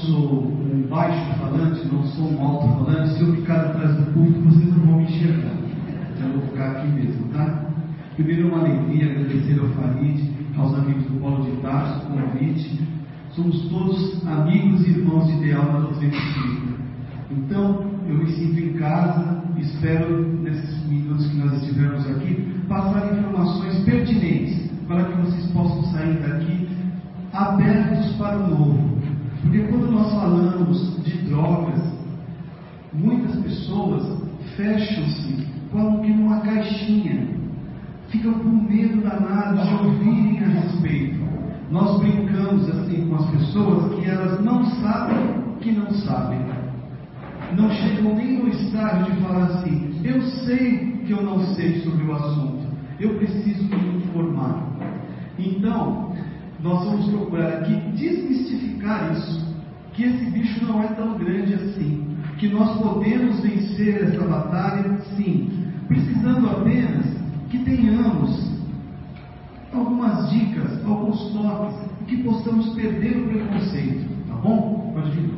sou um baixo falante, não sou um alto falante. Se eu ficar atrás do púlpito, vocês não vão me enxergar. Então eu vou ficar aqui mesmo, tá? Primeiro, é uma alegria agradecer ao Farid, aos amigos do Paulo de Tarso, o convite. Somos todos amigos e irmãos de ideal na doutrina espírita. Então, eu me sinto em casa. Espero, nesses minutos que nós estivermos aqui, passar informações pertinentes para que vocês possam sair daqui abertos para o novo. Porque quando nós falamos de drogas, muitas pessoas fecham-se como que numa caixinha, ficam com medo danado de ouvirem a respeito. Nós brincamos assim com as pessoas que elas não sabem que não sabem. Não chegam nem no estágio de falar assim: eu sei que eu não sei sobre o assunto, eu preciso me informar. Então, nós vamos procurar aqui desmistificar isso, que esse bicho não é tão grande assim, que nós podemos vencer essa batalha, sim, precisando apenas que tenhamos algumas dicas, alguns toques, e que possamos perder o preconceito, tá bom? Pode vir.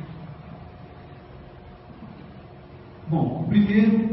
Bom, primeiro,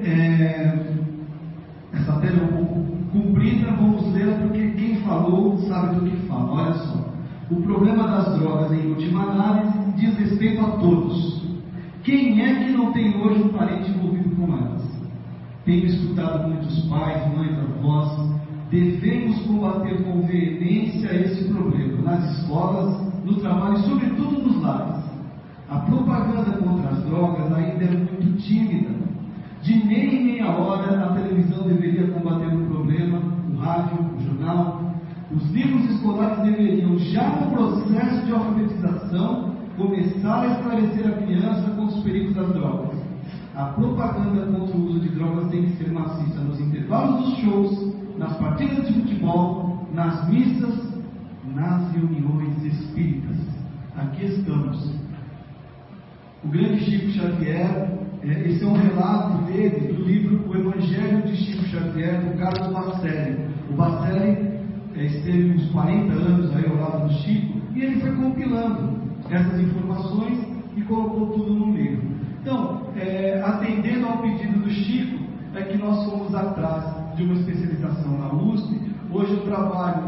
essa tela é um pouco comprida, vamos lê-la porque quem falou sabe do que fala. Olha só, o problema das drogas, em última análise, diz respeito a todos. Quem é que não tem hoje um parente envolvido com elas? Tenho escutado muitos pais, mães, avós. Devemos combater com veemência esse problema nas escolas, no trabalho e sobretudo nos lares. A propaganda contra as drogas ainda é muito tímida. De meia em meia hora a televisão deveria combater o problema, o rádio, o jornal. Os livros escolares deveriam, já no processo de alfabetização, começar a esclarecer a criança com os perigos das drogas. A propaganda contra o uso de drogas tem que ser maciça nos intervalos dos shows, nas partidas de futebol, nas missas, nas reuniões espíritas. Aqui estamos. O grande Chico Xavier, esse é um relato dele do livro O Evangelho de Chico Xavier, do Carlos Bacelli. O Bacelli esteve uns 40 anos aí ao lado do Chico, e ele foi compilando essas informações e colocou tudo no livro. Então, atendendo ao pedido do Chico, é que nós fomos atrás de uma especialização na USP. Hoje eu trabalho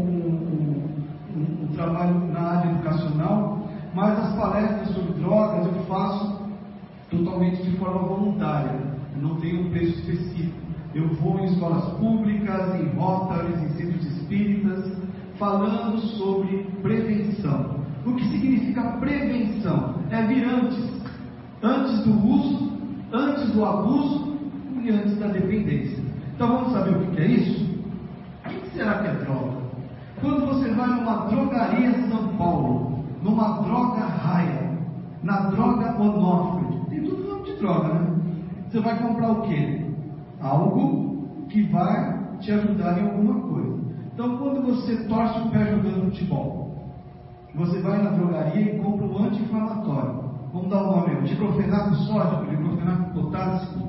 com trabalho na área educacional, mas as palestras sobre drogas eu faço totalmente de forma voluntária, eu não tenho um preço específico. Eu vou em escolas públicas, em rotas, em centros espíritas, falando sobre prevenção. O que significa prevenção? É vir antes do uso, antes do abuso e antes da dependência. Então vamos saber o que é isso? O que será que é droga? Quando você vai numa drogaria em São Paulo, numa droga raia, na droga Onofre, tem tudo nome de droga, né? Você vai comprar o quê? Algo que vai te ajudar em alguma coisa. Então, quando você torce o pé jogando futebol, você vai na drogaria e compra um anti-inflamatório. Vamos dar o nome: diclofenaco sódico, diclofenaco potássico.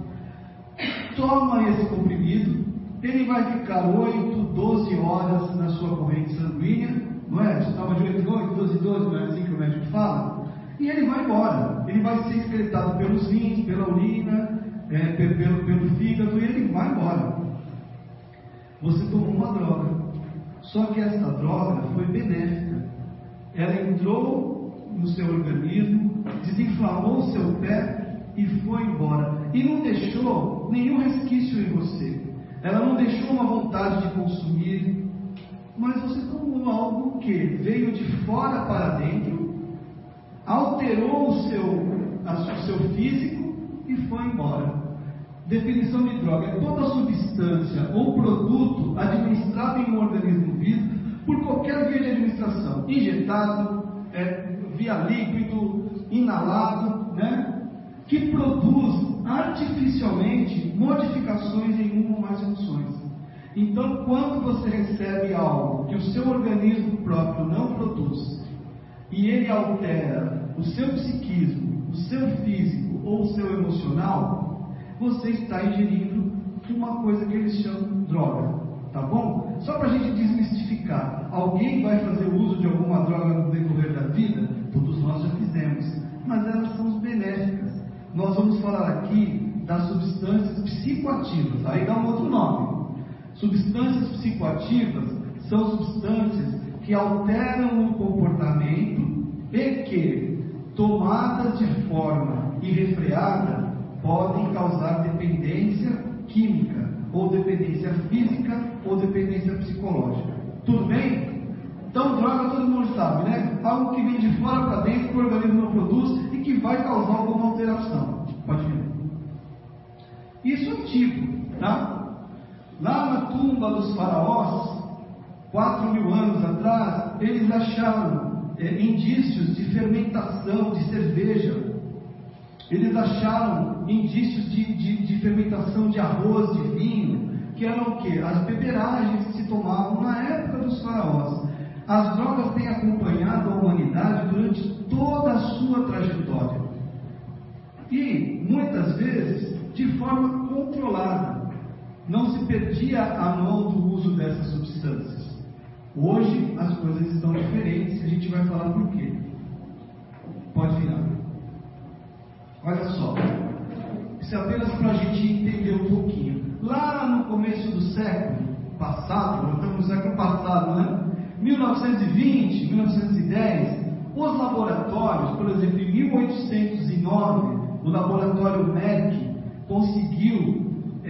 Toma esse comprimido, ele vai ficar 8, 12 horas na sua corrente sanguínea, não é? Você toma de 8 em 8, 12 em 12, não é assim que o médico fala? E ele vai embora, ele vai ser excretado pelos rins, pela urina, pelo fígado, e ele vai embora. Você tomou uma droga, só que essa droga foi benéfica. Ela entrou no seu organismo, desinflamou o seu pé e foi embora. E não deixou nenhum resquício em você. Ela não deixou uma vontade de consumir, mas você tomou algo que veio de fora para dentro, alterou o seu físico e foi embora. Definição de droga: é toda substância ou produto administrado em um organismo vivo por qualquer via de administração, injetado, via líquido, inalado, né? Que produz artificialmente modificações em uma ou mais funções. Então, quando você recebe algo que o seu organismo próprio não produz, e ele altera o seu psiquismo, o seu físico ou o seu emocional, você está ingerindo uma coisa que eles chamam de droga, tá bom? Só para a gente desmistificar: alguém vai fazer uso de alguma droga no decorrer da vida? Todos nós já fizemos. psicoativas, aí dá um outro nome. Substâncias psicoativas são substâncias que alteram o comportamento e que, tomadas de forma irrefreada, podem causar dependência química, ou dependência física, ou dependência psicológica. Tudo bem? Então, droga todo mundo sabe, né? Algo que vem de fora para dentro, que o organismo não produz e que vai causar alguma alteração. Pode ver. Isso é antigo, tá? Lá na tumba dos faraós, 4.000 anos atrás, eles acharam indícios de fermentação de cerveja. Eles acharam indícios de fermentação de arroz, de vinho, que eram o quê? As beberagens que se tomavam na época dos faraós. As drogas têm acompanhado a humanidade durante toda a sua trajetória. E, muitas vezes, de forma controlada. Não se perdia a mão do uso dessas substâncias. Hoje, as coisas estão diferentes e a gente vai falar por quê. Pode virar. Olha só. Isso é apenas para a gente entender um pouquinho. Lá no começo do século passado, nós estamos no século passado, né? 1920, 1910, os laboratórios, por exemplo, em 1809, o laboratório Merck conseguiu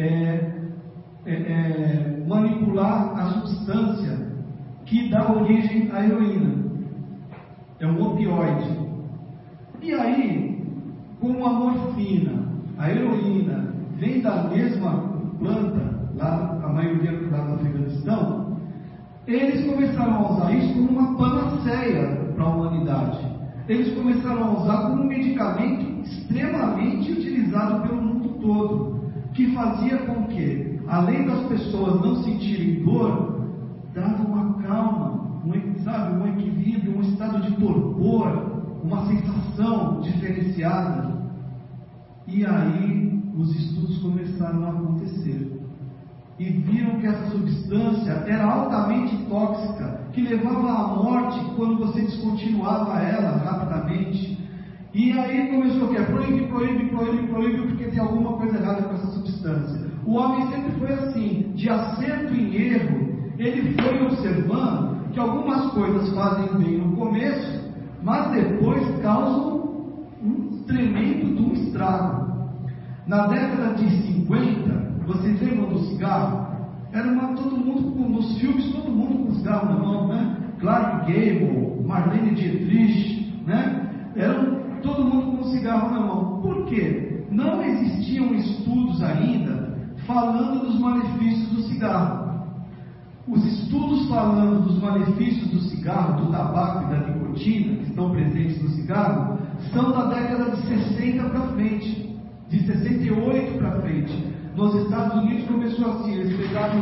manipular a substância que dá origem à heroína. É um opioide. E aí, como a morfina, a heroína, vem da mesma planta, lá a maioria lá no Afeganistão, eles começaram a usar isso como uma panaceia para a humanidade. Eles começaram a usar como um medicamento extremamente utilizado pelo mundo todo, que fazia com que, além das pessoas não sentirem dor, dava uma calma, um equilíbrio, um estado de torpor, uma sensação diferenciada. E aí os estudos começaram a acontecer. E viram que essa substância era altamente tóxica, que levava à morte quando você descontinuava ela rapidamente. E aí começou o quê? Proíbe, porque tem alguma coisa errada com essa substância. O homem sempre foi assim, de acerto em erro. Ele foi observando que algumas coisas fazem bem no começo, mas depois causam um tremendo estrago. Na década de 50, vocês lembram do cigarro? Era todo mundo, nos filmes, todo mundo com cigarro na mão, né? Clark Gable, Marlene Dietrich, né? Todo mundo com cigarro na mão. Por quê? Não existiam estudos ainda falando dos malefícios do cigarro. Os estudos falando dos malefícios do cigarro, do tabaco e da nicotina, que estão presentes no cigarro, são da década de 60 para frente, de 68 para frente. Nos Estados Unidos começou assim, eles pegaram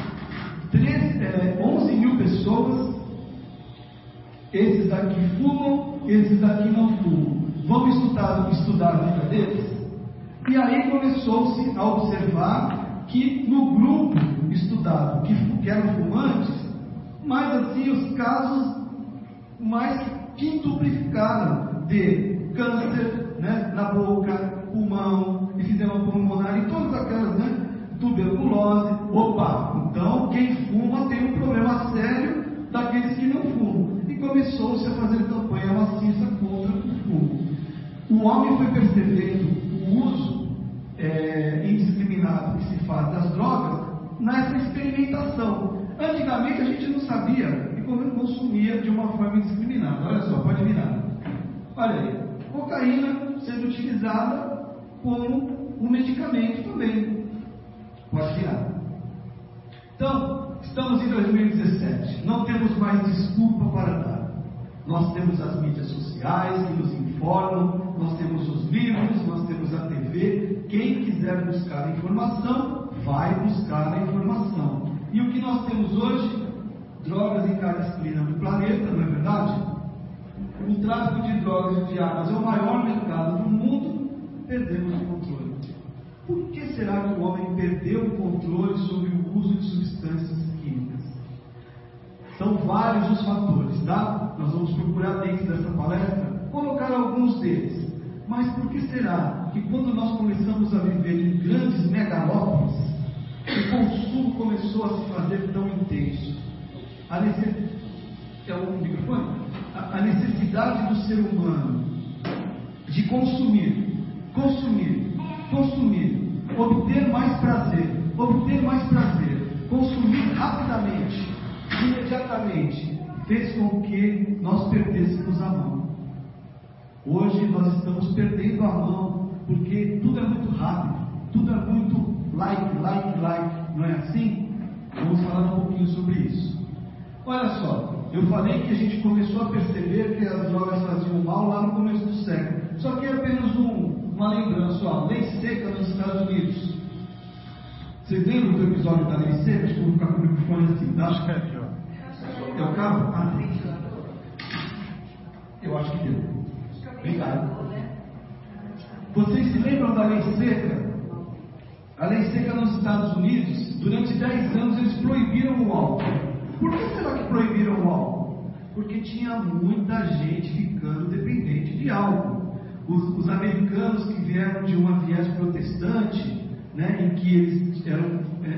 11 mil pessoas, esses daqui fumam, esses daqui não fumam. Vamos estudar a vida deles? E aí começou-se a observar que no grupo estudado, que eram fumantes, mas assim os casos mais quintuplicaram de câncer, né, na boca, pulmão, enfisema pulmonar e todas aquelas, né, tuberculose. Opa, então quem fuma tem um problema sério daqueles que não fumam. E começou-se a fazer campanha maciça contra o fumo. O homem foi percebendo o uso indiscriminado que se faz das drogas nessa experimentação. Antigamente a gente não sabia e consumia de uma forma indiscriminada. Olha só, pode virar. Olha aí, cocaína sendo utilizada como um medicamento também. Pode virar. Então, estamos em 2017. Não temos mais desculpa para dar. Nós temos as mídias sociais que nos informam, nós temos os livros, nós temos a TV. Quem quiser buscar a informação, vai buscar a informação. E o que nós temos hoje? Drogas em cada esquina do planeta, não é verdade? O tráfico de drogas e de armas é o maior mercado do mundo. Perdemos o controle. Por que será que o homem perdeu o controle sobre o uso de substâncias químicas? São vários os fatores, tá? Nós vamos procurar dentro dessa palestra colocar alguns deles. Mas por que será que quando nós começamos a viver em grandes megalópolis, o consumo começou a se fazer tão intenso. A necessidade do ser humano de consumir, obter mais prazer, consumir rapidamente, imediatamente, fez com que nós perdêssemos a mão. Hoje nós estamos perdendo a mão, porque tudo é muito rápido, tudo é muito like, não é assim? Vamos falar um pouquinho sobre isso. Olha só, eu falei que a gente começou a perceber que as drogas faziam mal lá no começo do século. Só que é apenas uma lembrança, ó, lei seca nos Estados Unidos. Vocês lembram do episódio da lei seca? Acho que eu vou ficar com o microfone assim, tá? Acho que é aqui, ó. É o carro? Ah, eu acho que deu. Obrigado. Vocês se lembram da lei seca? A lei seca nos Estados Unidos, durante 10 anos eles proibiram o álcool. Por que será que proibiram o álcool? Porque tinha muita gente ficando dependente de álcool. Os americanos que vieram de uma viés protestante, né, em que eles eram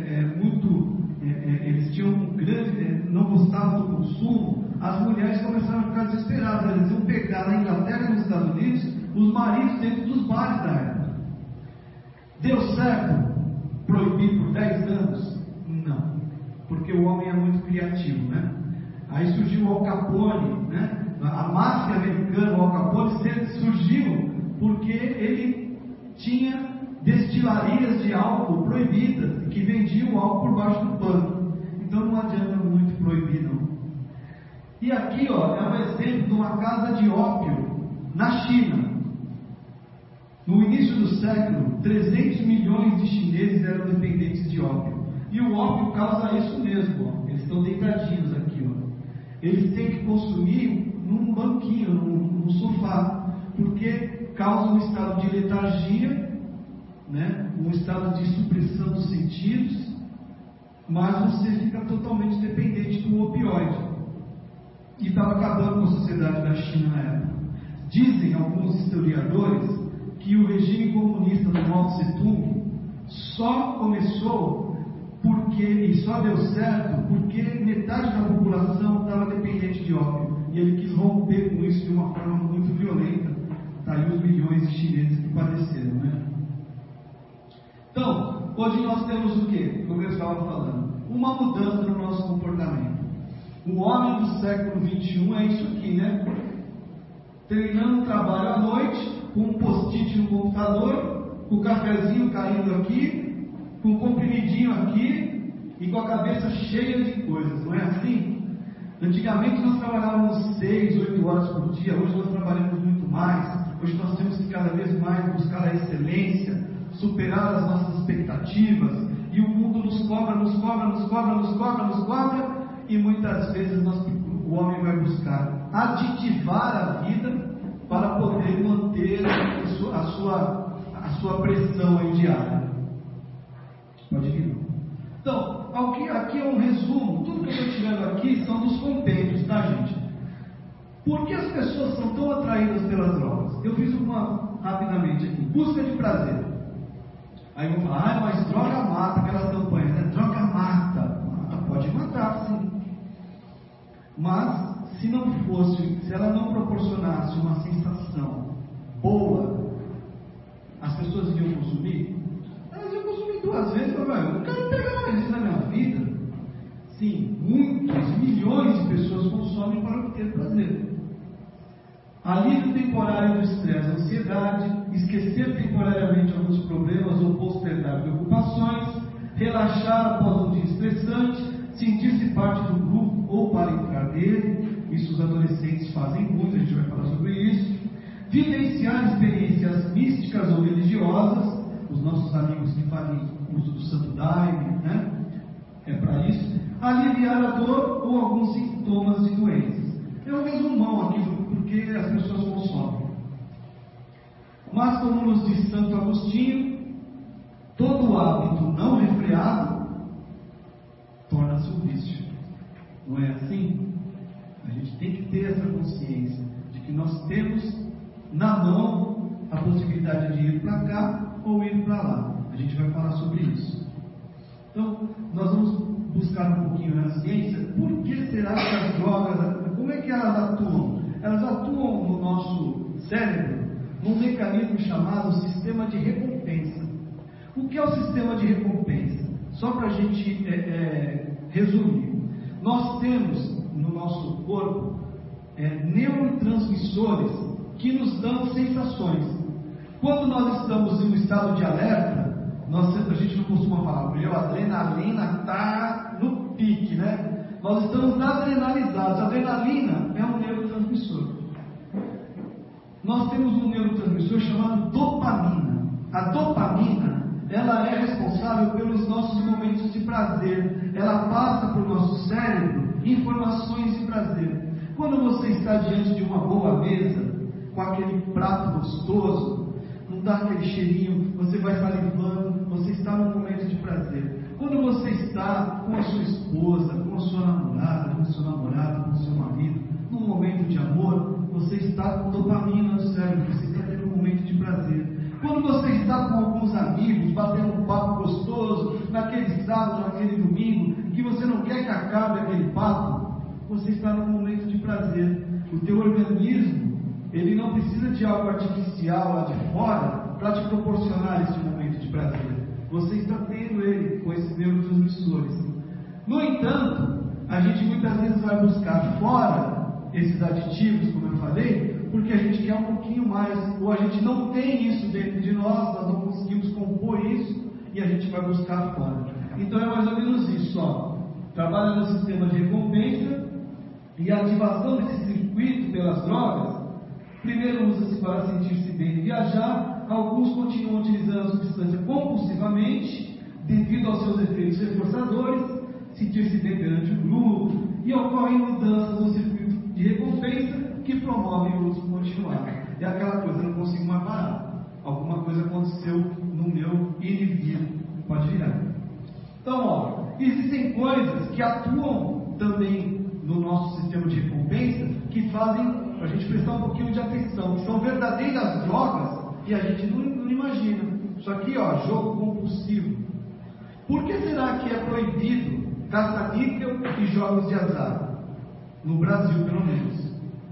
eles tinham um grande, não gostavam do consumo, as mulheres começaram a ficar desesperadas. Eles iam pegar na Inglaterra e nos Estados Unidos os maridos dentro dos bares da época. Deu certo proibir por 10 anos? Não, porque o homem é muito criativo, né? Aí surgiu o Al Capone, né? A máfia americana, o Al Capone, surgiu porque ele tinha destilarias de álcool proibidas, que vendiam o álcool por baixo do pano. Então não adianta muito proibir, não. E aqui, ó, é um exemplo de uma casa de ópio na China. No início do século, 300 milhões de chineses eram dependentes de ópio. E o ópio causa isso mesmo, ó. Eles estão deitadinhos aqui, ó. Eles têm que consumir num banquinho, num sofá, porque causa um estado de letargia, né? Um estado de supressão dos sentidos, mas você fica totalmente dependente do opioide. E estava acabando com a sociedade da China na época. Dizem alguns historiadores que o regime comunista do Mao Tse-tung só começou e só deu certo porque metade da população estava dependente de ópio, e ele quis romper com isso de uma forma muito violenta. Está aí os milhões de chineses que padeceram, né? Então, hoje nós temos o que? Como eu estava falando, uma mudança no nosso comportamento. O homem do século XXI é isso aqui, né? Treinando o trabalho à noite, com um post-it no computador, com o cafezinho caindo aqui, com o comprimidinho aqui e com a cabeça cheia de coisas, não é assim? Antigamente nós trabalhávamos 6, 8 horas por dia, hoje nós trabalhamos muito mais. Hoje nós temos que cada vez mais buscar a excelência, superar as nossas expectativas, e o mundo nos cobra, e muitas vezes o homem vai buscar aditivar a vida para poder manter a sua pressão aí diária. Pode vir. Então, aqui é um resumo. Tudo que eu estou tirando aqui são dos compêndios, tá, gente? Por que as pessoas são tão atraídas pelas drogas? Eu fiz uma rapidamente aqui. Busca de prazer. Aí vão falar, mas droga mata, aquelas campanhas, né? Droga mata. Pode matar, sim. Mas, se ela não proporcionasse uma sensação boa, as pessoas iriam consumir? Elas iam consumir 2 vezes, mas eu não quero pegar mais isso na minha vida. Sim, muitos, milhões de pessoas consomem para obter prazer. Alívio temporário do estresse, ansiedade, esquecer temporariamente alguns problemas ou postergar preocupações, relaxar após um dia estressante, sentir-se parte do grupo ou para entrar nele. Isso os adolescentes fazem muito, a gente vai falar sobre isso. Vivenciar experiências místicas ou religiosas, os nossos amigos que fazem uso do Santo Daime, né? É para isso. Aliviar a dor ou alguns sintomas de doenças. É um resumão aqui do porque as pessoas consomem. Mas, como nos diz Santo Agostinho, todo hábito não refreado torna-se um vício. Não é assim? A gente tem que ter essa consciência de que nós temos na mão a possibilidade de ir para cá ou ir para lá. A gente vai falar sobre isso. Então, nós vamos buscar um pouquinho na ciência, por que será que as drogas, como é que elas atuam? Elas atuam no nosso cérebro, num mecanismo chamado sistema de recompensa. O que é o sistema de recompensa? Só para a gente resumir, nós temos no nosso corpo neurotransmissores que nos dão sensações. Quando nós estamos em um estado de alerta, a gente não costuma falar, a adrenalina está no pique, né? Nós estamos adrenalizados. A adrenalina é um neurotransmissor. Nós temos um neurotransmissor chamado dopamina. A dopamina, ela é responsável pelos nossos momentos de prazer. Ela passa para o nosso cérebro informações de prazer. Quando você está diante de uma boa mesa, com aquele prato gostoso, não dá aquele cheirinho, você vai salivando, você está num momento de prazer. Quando você está com a sua esposa, com a sua namorada, com o seu namorado, com o seu marido, num momento de amor, você está com dopamina no cérebro, você está tendo um momento de prazer. Quando você está com alguns amigos, batendo um papo gostoso, naquele sábado, naquele domingo, que você não quer que acabe aquele papo, você está num momento de prazer. O teu organismo, ele não precisa de algo artificial lá de fora para te proporcionar esse momento de prazer. Você está tendo ele com esses neurotransmissores. No entanto, a gente muitas vezes vai buscar fora esses aditivos, como eu falei, porque a gente quer um pouquinho mais, ou a gente não tem isso dentro de nós não conseguimos compor isso, e a gente vai buscar fora. Então é mais ou menos isso, ó. Trabalha no sistema de recompensa, e a ativação desse circuito pelas drogas, primeiro usa-se para sentir-se bem e viajar, alguns continuam utilizando a substância compulsivamente, devido aos seus efeitos reforçadores, sentir-se bem perante o grupo, e ocorrem mudanças no circuito de recompensa que promovem o uso continuado. É aquela coisa, eu não consigo mais parar. Alguma coisa aconteceu no meu ir e vir. Pode virar. Então, ó, existem coisas que atuam também no nosso sistema de recompensa que fazem a gente prestar um pouquinho de atenção, que são verdadeiras drogas e a gente não imagina. Isso aqui, ó, jogo compulsivo. Por que será que é proibido caça-níquel e jogos de azar? No Brasil, pelo menos.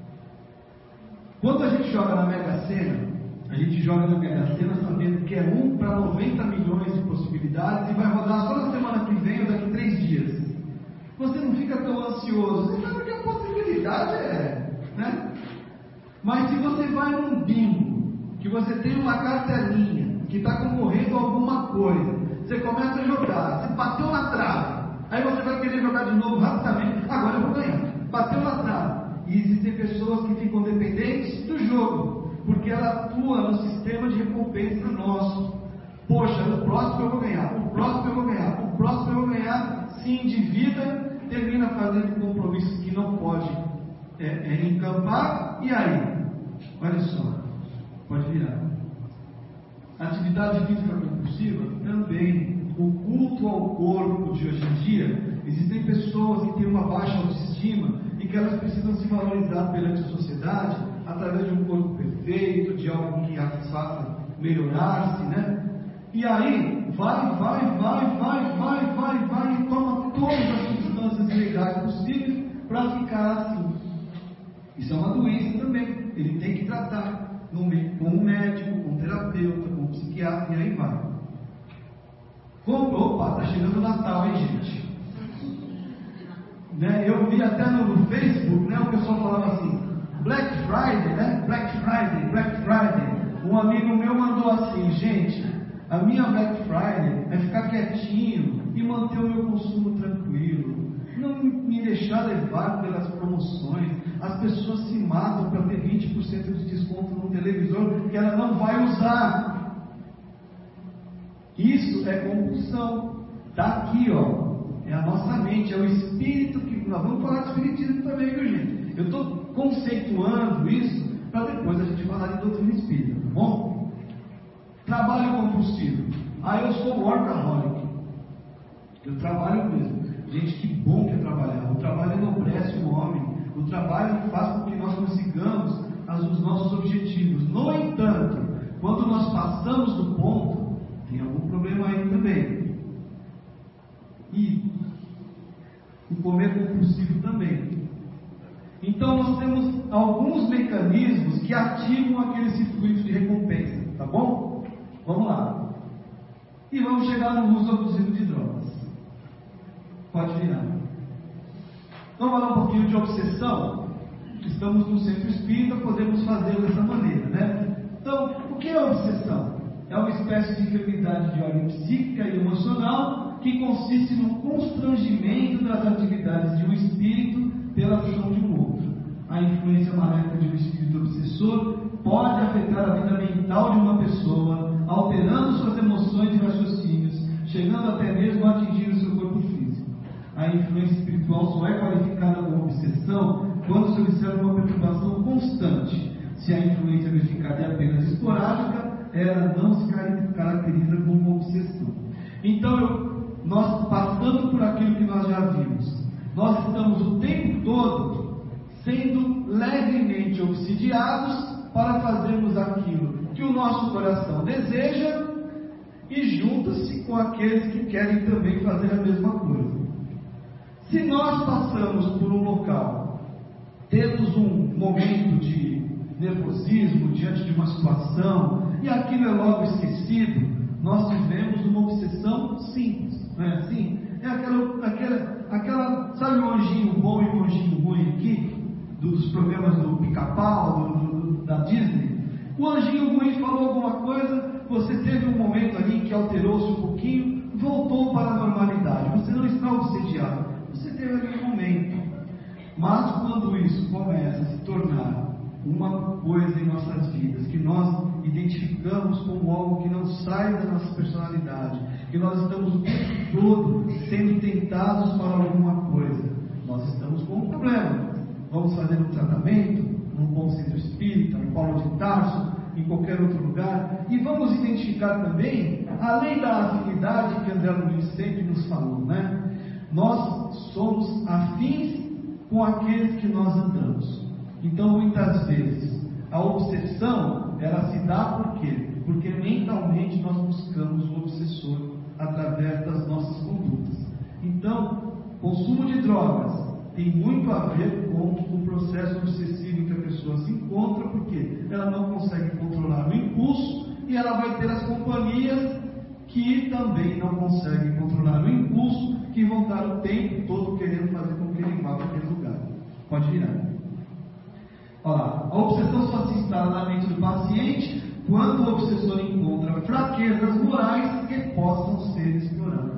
Quando a gente joga na Mega Sena, a gente joga na Mega Sena sabendo que é 1 para 90 milhões de possibilidades e vai rodar só na semana que vem ou daqui 3 dias. Você não fica tão ansioso, você sabe que a possibilidade né? Mas se você vai num bingo, que você tem uma cartelinha, que está concorrendo a alguma coisa, você começa a jogar, você bateu na trave, aí você vai querer jogar de novo rapidamente, agora eu vou ganhar, bateu na trave. E existem pessoas que ficam dependentes do jogo, porque ela atua no sistema de recompensa nosso. Poxa, no próximo eu vou ganhar, o próximo eu vou ganhar, o próximo eu vou ganhar, se endivida, termina fazendo compromissos que não pode encampar, e aí? Olha só, pode virar. Atividade física compulsiva também. O culto ao corpo de hoje em dia, existem pessoas que têm uma baixa autoestima e que elas precisam se valorizar perante a sociedade através de um corpo perfeito, de algo que as faça melhorar-se, né? E aí, vai e toma todas as substâncias ilegais possíveis para ficar assim. Isso é uma doença também. Ele tem que tratar com um médico, com um terapeuta, com um psiquiatra, e aí vai. Opa, está chegando o Natal, hein, gente? Né? Eu vi até no Facebook, né, o pessoal falava assim, Black Friday, né? Black Friday. Um amigo meu mandou assim, gente, a minha Black Friday é ficar quietinho e manter o meu consumo tranquilo. Não me deixar levar pelas promoções. As pessoas se matam para ter 20% de desconto no televisor que ela não vai usar. Isso é compulsão. Está aqui, ó. É a nossa mente, é o espírito que... Nós vamos falar de espiritismo também, viu, gente? Eu estou conceituando isso para depois a gente falar de doutrina espírita, tá bom? Trabalho compulsivo. Eu sou workaholic. Eu trabalho mesmo. Gente, que bom que é trabalhar. O trabalho enobrece o homem. O trabalho faz com que nós consigamos os nossos objetivos. No entanto, quando nós passamos do ponto, tem algum problema aí também. E o comer compulsivo também. Então nós temos alguns mecanismos que ativam aquele circuito de recompensa, tá bom? Vamos lá. E vamos chegar no uso abusivo de drogas. Pode virar. Vamos falar um pouquinho de obsessão. Estamos no centro espírita, podemos fazer dessa maneira, né? Então, o que é obsessão? É uma espécie de enfermidade de ordem psíquica e emocional que consiste no constrangimento das atividades de um espírito pela ação de um outro. A influência maléfica de um espírito obsessor pode afetar a vida mental de uma pessoa, alterando suas emoções e raciocínios, chegando até mesmo a atingir o seu corpo físico. A influência espiritual só é qualificada como obsessão quando se observa uma perturbação constante. Se a influência verificada é apenas esporádica, ela não se caracteriza como uma obsessão. Então, nós passando por aquilo que nós já vimos, nós estamos o tempo todo sendo levemente obsidiados para fazermos aquilo que o nosso coração deseja e junta-se com aqueles que querem também fazer a mesma coisa. Se nós passamos por um local, temos um momento de nervosismo diante de uma situação e aquilo é logo esquecido, nós tivemos uma obsessão simples, não é assim? É aquela sabe o anjinho bom e o anjinho ruim aqui, dos programas do Pica-Pau, da Disney? O anjinho ruim falou alguma coisa, você teve um momento ali que alterou-se um pouquinho, voltou para a normalidade, você não está obsediado, você teve ali um momento. Mas quando isso começa a se tornar uma coisa em nossas vidas, que nós identificamos como algo que não sai da nossa personalidade, que nós estamos o tempo todo sendo tentados para alguma coisa, nós estamos com um problema. Vamos fazer um tratamento, num bom centro espírita, no Paulo de Tarso, em qualquer outro lugar, e vamos identificar também, além da afinidade que André Luiz sempre nos falou, né? Nós somos afins com aqueles que nós andamos. Então, muitas vezes, a obsessão, ela se dá por quê? Porque mentalmente nós buscamos o obsessor através das nossas condutas. Então, consumo de drogas tem muito a ver com o processo obsessivo em que a pessoa se encontra, porque ela não consegue controlar o impulso e ela vai ter as companhias que também não conseguem controlar o impulso, que vão estar o tempo todo querendo fazer com que ele vá para aquele lugar. Pode virar. Olha lá, a obsessão só se instala na mente do paciente quando o obsessor encontra fraquezas morais que possam ser exploradas.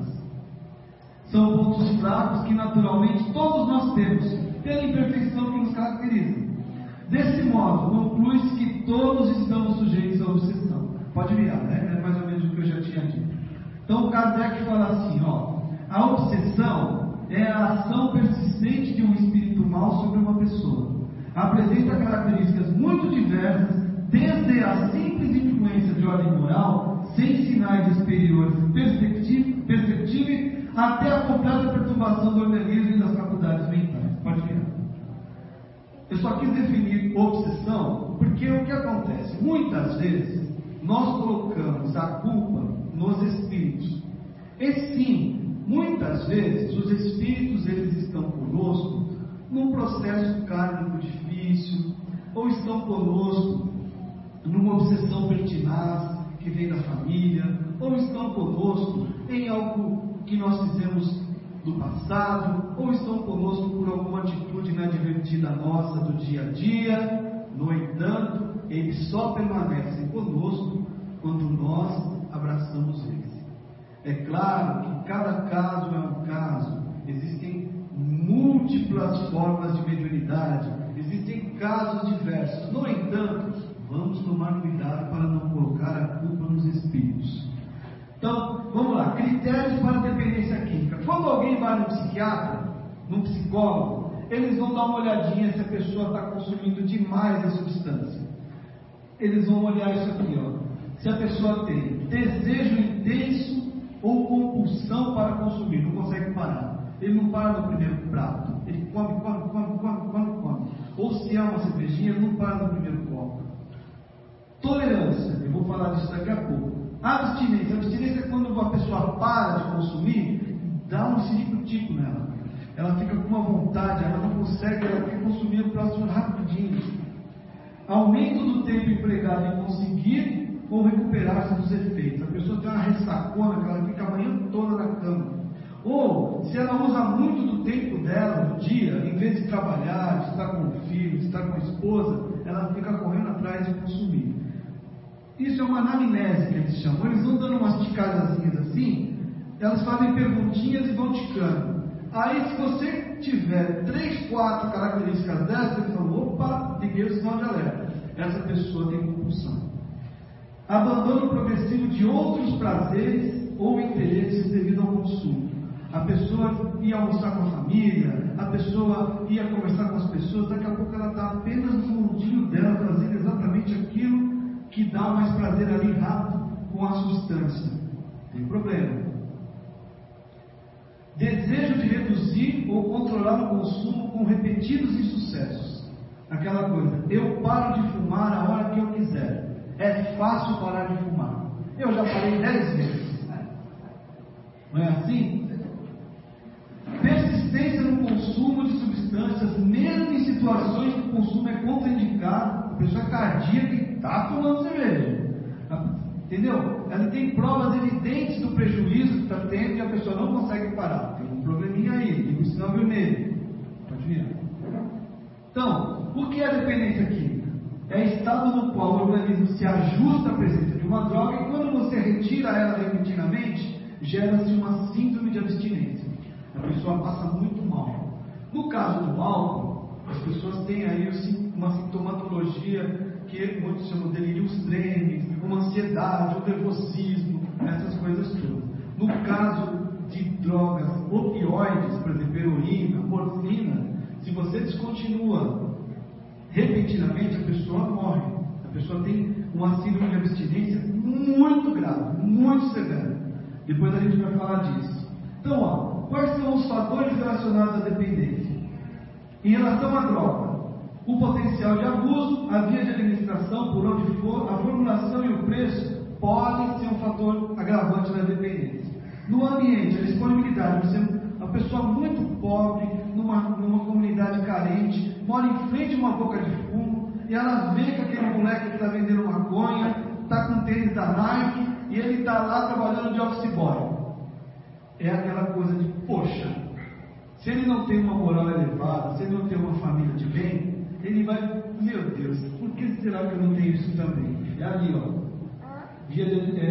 São pontos fracos que naturalmente todos nós temos, pela imperfeição que nos caracteriza. Desse modo, conclui-se que todos estamos sujeitos à obsessão. Pode virar, né? É mais ou menos o que eu já tinha dito. Então, Kardec fala assim, a obsessão é a ação persistente de um espírito mau sobre uma pessoa. Apresenta características muito diversas, desde a simples influência de ordem moral, sem sinais exteriores perceptíveis, até a completa perturbação do organismo e das faculdades mentais. Pode virar. Eu só quis definir obsessão, porque o que acontece? Muitas vezes, nós colocamos a culpa nos espíritos. E sim, muitas vezes, os espíritos, eles estão conosco num processo kármico difícil, ou estão conosco numa obsessão pertinaz que vem da família, ou estão conosco em algo que nós fizemos do passado, ou estão conosco por alguma atitude inadvertida nossa do dia a dia. No entanto, eles só permanecem conosco quando nós abraçamos eles. É claro que cada caso é um caso, existem múltiplas formas de mediunidade, existem casos diversos. No entanto, vamos tomar cuidado para não colocar a culpa nos espíritos. Então, vamos lá, critérios para dependência química. Quando alguém vai no psiquiatra, num psicólogo, eles vão dar uma olhadinha se a pessoa está consumindo demais a substância. Eles vão olhar isso aqui, se a pessoa tem desejo intenso ou compulsão para consumir, não consegue parar. Ele não para no primeiro prato, ele come. Ou se é uma cervejinha, ele não para no primeiro copo. Tolerância, eu vou vou falar disso daqui a pouco. Abstinência. Abstinência é quando a pessoa para de consumir, dá um circo-tico nela. Ela fica com uma vontade, ela não consegue, ela quer consumir o próximo rapidinho. Aumento do tempo empregado em conseguir ou recuperar-se dos efeitos. A pessoa tem uma ressacona, que ela fica a manhã toda na cama. Ou, se ela usa muito do tempo dela, no dia, em vez de trabalhar, de estar com o filho, de estar com a esposa, ela fica correndo atrás de consumir. Isso é uma anamnese que eles chamam. Eles vão dando umas ticadazinhas assim, elas fazem perguntinhas e vão ticando. Aí, se você tiver 3, 4 características dessas, eles falam: opa, liguei o sinal de alerta. Essa pessoa tem compulsão. Abandono progressivo de outros prazeres ou interesses devido ao consumo. A pessoa ia almoçar com a família, a pessoa ia conversar com as pessoas, daqui a pouco ela está apenas no mundinho dela, fazendo exatamente aquilo que dá mais prazer ali rápido com a substância. Tem problema. Desejo de reduzir ou controlar o consumo com repetidos insucessos. Aquela coisa: eu paro de fumar a hora que eu quiser. É fácil parar de fumar. Eu já parei 10 vezes. Não é assim? Persistência no consumo de substâncias, mesmo em situações que o consumo é contraindicado. A pessoa é cardíaca e está tomando cerveja. Entendeu? Ela tem provas evidentes do prejuízo que está tendo e a pessoa não consegue parar. Tem um probleminha aí, tem um sinal vermelho. Pode vir. Então, o que é dependência química? É estado no qual o organismo se ajusta à presença de uma droga e quando você retira ela repentinamente, gera-se uma síndrome de abstinência. A pessoa passa muito mal. No caso do álcool, as pessoas têm aí uma sintomatologia que muitos chamam de delírios trêmulos, uma ansiedade, um nervosismo, essas coisas todas. No caso de drogas opioides, por exemplo, heroína, morfina, se você descontinua repentinamente, a pessoa morre. A pessoa tem uma síndrome de abstinência muito grave, muito severa. Depois a gente vai falar disso. Então, quais são os fatores relacionados à dependência? Em relação à droga, o potencial de abuso, a via de administração, por onde for, a formulação e o preço podem ser um fator agravante da dependência. No ambiente, a disponibilidade, uma pessoa muito pobre, numa comunidade carente, mora em frente a uma boca de fumo, e ela vê que aquele moleque que está vendendo maconha, está com tênis da Nike, e ele está lá trabalhando de office boy. É aquela coisa de, poxa, se ele não tem uma moral elevada, se ele não tem uma família de bem, ele vai, meu Deus, por que será que eu não tenho isso também? É ali, via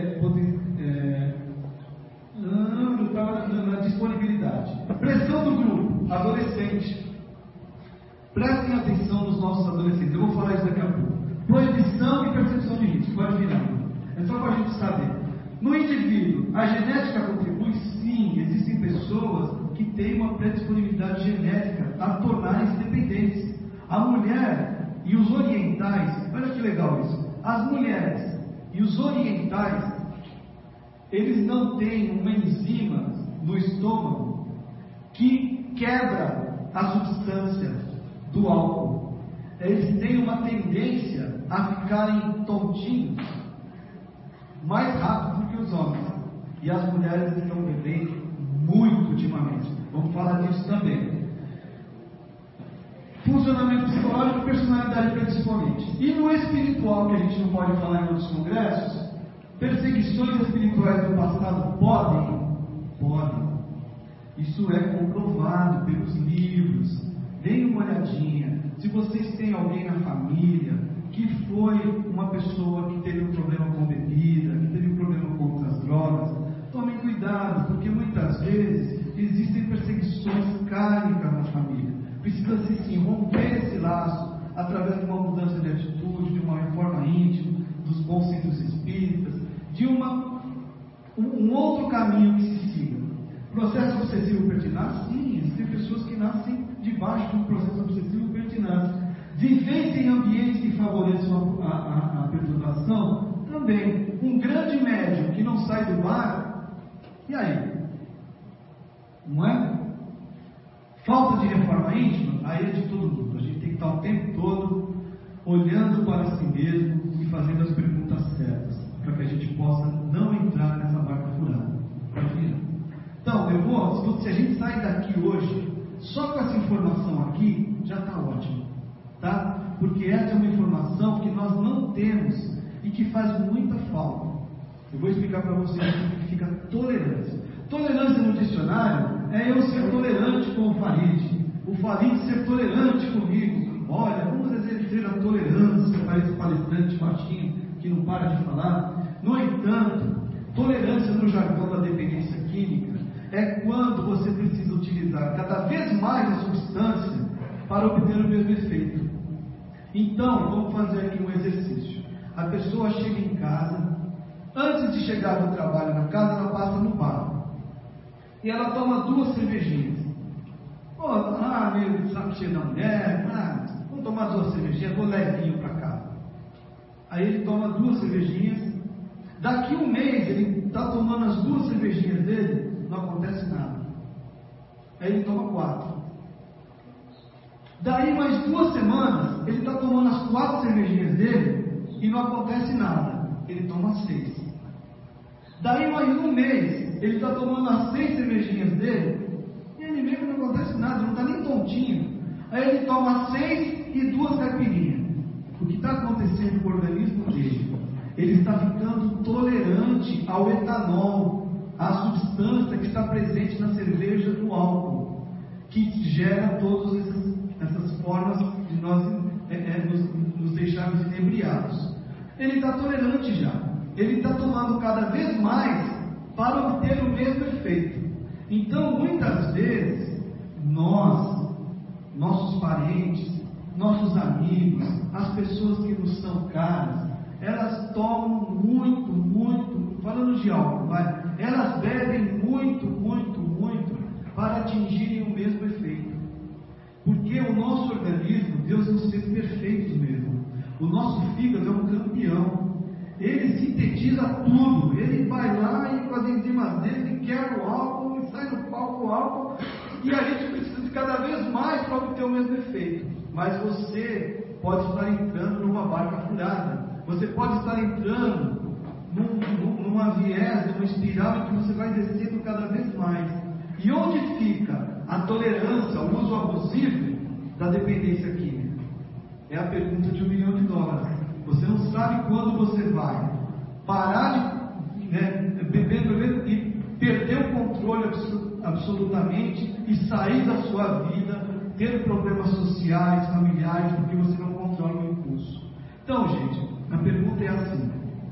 eu estava na disponibilidade. Pressão do grupo, adolescente. Prestem atenção nos nossos adolescentes, eu vou falar isso daqui a pouco. Proibição e percepção de risco, pode virar. É só para a gente saber. No indivíduo, a genética contribui? Sim, existem pessoas que têm uma predisponibilidade genética a tornarem-se dependentes. A mulher e os orientais, olha que legal isso, as mulheres e os orientais, eles não têm uma enzima no estômago que quebra a substância do álcool. Eles têm uma tendência a ficarem tontinhos mais rápido do que os homens. E as mulheres estão bebendo muito ultimamente. Vamos falar disso também. Funcionamento psicológico e personalidade predisponente. E no espiritual, que a gente não pode falar em outros congressos, perseguições espirituais do passado podem. Isso é comprovado pelos livros. Deem uma olhadinha. Se vocês têm alguém na família que foi uma pessoa que teve um problema com bebida, que teve um problema com outras drogas, tomem cuidado, porque muitas vezes existem perseguições kármicas na família. Precisa-se sim romper esse laço através de uma mudança de atitude, de uma reforma íntima, dos bons centros espíritas, de um outro caminho que se siga. Processo obsessivo pertinaz? Sim, existem pessoas que nascem debaixo de um processo obsessivo pertinaz. Vivência em ambientes que favoreçam a perturbação? Também. Um grande médium que não sai do bar, e aí? Não é? Falta de reforma íntima? Aí é de todo mundo. A gente tem que estar o tempo todo olhando para si mesmo e fazendo as perguntas certas. para que a gente possa não entrar nessa barca furada. Então, se a gente sair daqui hoje, só com essa informação aqui, já está ótimo, tá? Porque essa é uma informação que nós não temos e que faz muita falta. Eu vou explicar para vocês o que significa tolerância. Tolerância no dicionário é eu ser tolerante com o Farid, o Farid ser tolerante comigo. Olha, vamos exercer a tolerância para esse palestrante baixinho que não para de falar. No entanto, tolerância no jargão da dependência química é quando você precisa utilizar cada vez mais a substância para obter o mesmo efeito. Então, vamos fazer aqui um exercício. A pessoa chega em casa, antes de chegar no trabalho na casa, ela passa no bar e ela toma 2 cervejinhas. Meu saco cheio da mulher, vou tomar 2 cervejinhas, vou levinho para casa. Aí ele toma 2 cervejinhas. Daqui um mês ele está tomando as 2 cervejinhas dele, não acontece nada. Aí ele toma 4. Daí mais 2 semanas ele está tomando as 4 cervejinhas dele e não acontece nada. Ele toma 6. Daí mais um mês ele está tomando as 6 cervejinhas dele e ele mesmo não acontece nada, não está nem tontinho. Aí ele toma 6 e 2 caipirinhas. O que está acontecendo com o organismo dele? Ele está ficando tolerante ao etanol, à substância que está presente na cerveja do álcool, que gera todas essas formas de nós nos deixarmos inebriados. Ele está tolerante já. Ele está tomando cada vez mais para obter o mesmo efeito. Então, muitas vezes, nossos parentes, nossos amigos, as pessoas que nos são caras, elas tomam muito, falando de álcool, elas bebem muito para atingirem o mesmo efeito. Porque o nosso organismo, Deus nos fez perfeitos mesmo. O nosso fígado é um campeão. Ele sintetiza tudo. Ele vai lá e com as enzimas dele quebra o álcool e sai no palco o álcool. E a gente precisa de cada vez mais para obter o mesmo efeito. Mas você pode estar entrando numa barca furada. Você pode estar entrando numa viés, numa espiral em que você vai descendo cada vez mais. E onde fica a tolerância ao uso abusivo da dependência química? É a pergunta de $1 milhão. Você não sabe quando você vai parar de beber e perder o controle absolutamente e sair da sua vida, ter problemas sociais, familiares, porque você não controla o impulso. Então, gente, a pergunta é assim: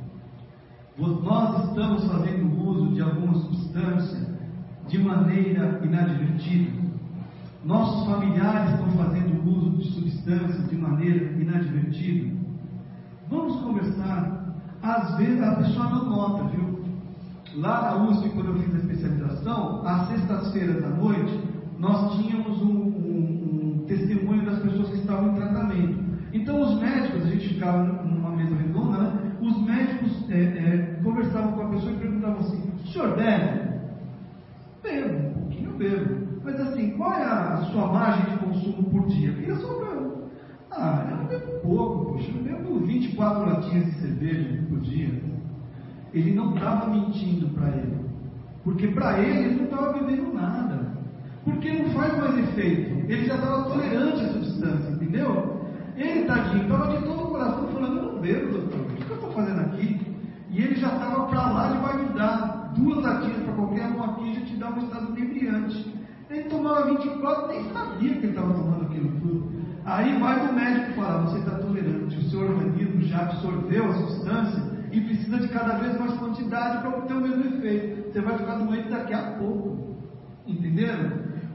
nós estamos fazendo uso de alguma substância de maneira inadvertida? Nossos familiares estão fazendo uso de substâncias de maneira inadvertida? Vamos conversar. Às vezes a pessoa não nota, viu? Lá na USP, quando eu fiz a especialização, às sextas-feiras à noite, nós tínhamos um testemunho das pessoas que estavam em tratamento. Então os médicos, a gente ficava numa mesa redonda, né? Os médicos conversavam com a pessoa e perguntavam assim: o senhor bebe? Bebo, um pouquinho bebo. Mas assim, qual é a sua margem de consumo por dia? E eu só bebo. Eu não bebo pouco, poxa, eu bebo 24 latinhas de cerveja por dia. Ele não estava mentindo para ele. Porque para ele não estava bebendo nada. Porque não faz mais efeito. Ele já estava tolerante à substância, entendeu? Ele, tadinho, estava de todo o coração falando: eu não bebo, doutor, o que eu estou fazendo aqui? E ele já estava para lá, ele vai me dar 2 latinhas para qualquer um aqui, já te dá um estado inebriante. Ele tomava 24, nem sabia que ele estava tomando aquilo tudo. Aí vai o médico falar: você está tolerante, o seu organismo já absorveu a substância e precisa de cada vez mais quantidade para obter o mesmo efeito. Você vai ficar doente daqui a pouco. Entenderam?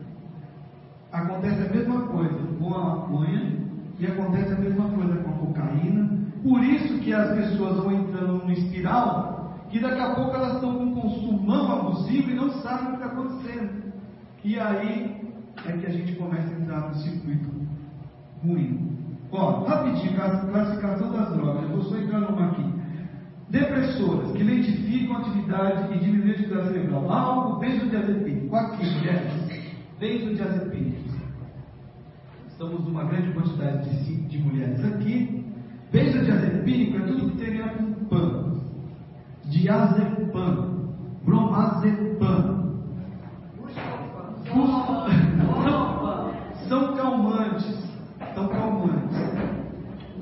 Acontece a mesma coisa com a maconha e acontece a mesma coisa com a cocaína. Por isso que as pessoas vão entrando numa espiral que daqui a pouco elas estão com um consumão abusivo e não sabem o que está acontecendo. E aí é que a gente começa a entrar no circuito ruim. Rapidinho, classificação das drogas. Eu vou só entrar numa aqui. Depressoras, que lentificam a atividade e diminuem a atividade cerebral. Álcool, benzodiazepínico. Aqui, mulheres, benzodiazepínicos. Estamos numa grande quantidade de mulheres aqui. Benzodiazepínico é tudo que termina com PAN.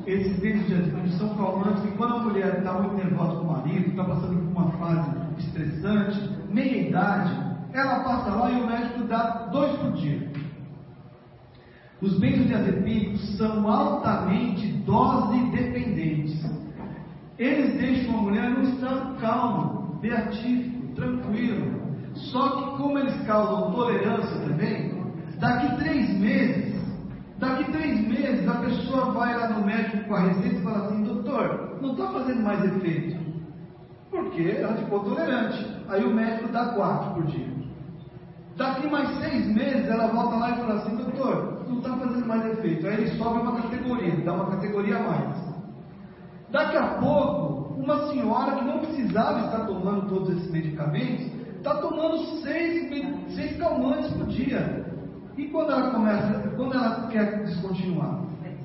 esses benzodiazepínicos são calmantes, e quando a mulher está muito nervosa com o marido, está passando por uma fase estressante, meia idade, ela passa lá e o médico dá 2 por dia. Os benzodiazepínicos são altamente dose dependentes. Eles deixam a mulher num estado calmo, beatífico, tranquilo. Só que como eles causam tolerância também, daqui 3 meses a pessoa vai lá no médico com a receita e fala assim: doutor, não está fazendo mais efeito. Porque ela ficou tolerante. Aí o médico dá 4 por dia. Daqui mais 6 meses ela volta lá e fala assim: doutor, não está fazendo mais efeito. Aí ele sobe uma categoria, dá uma categoria a mais. Daqui a pouco, uma senhora que não precisava estar tomando todos esses medicamentos, está tomando 6 calmantes por dia. E quando ela quer descontinuar?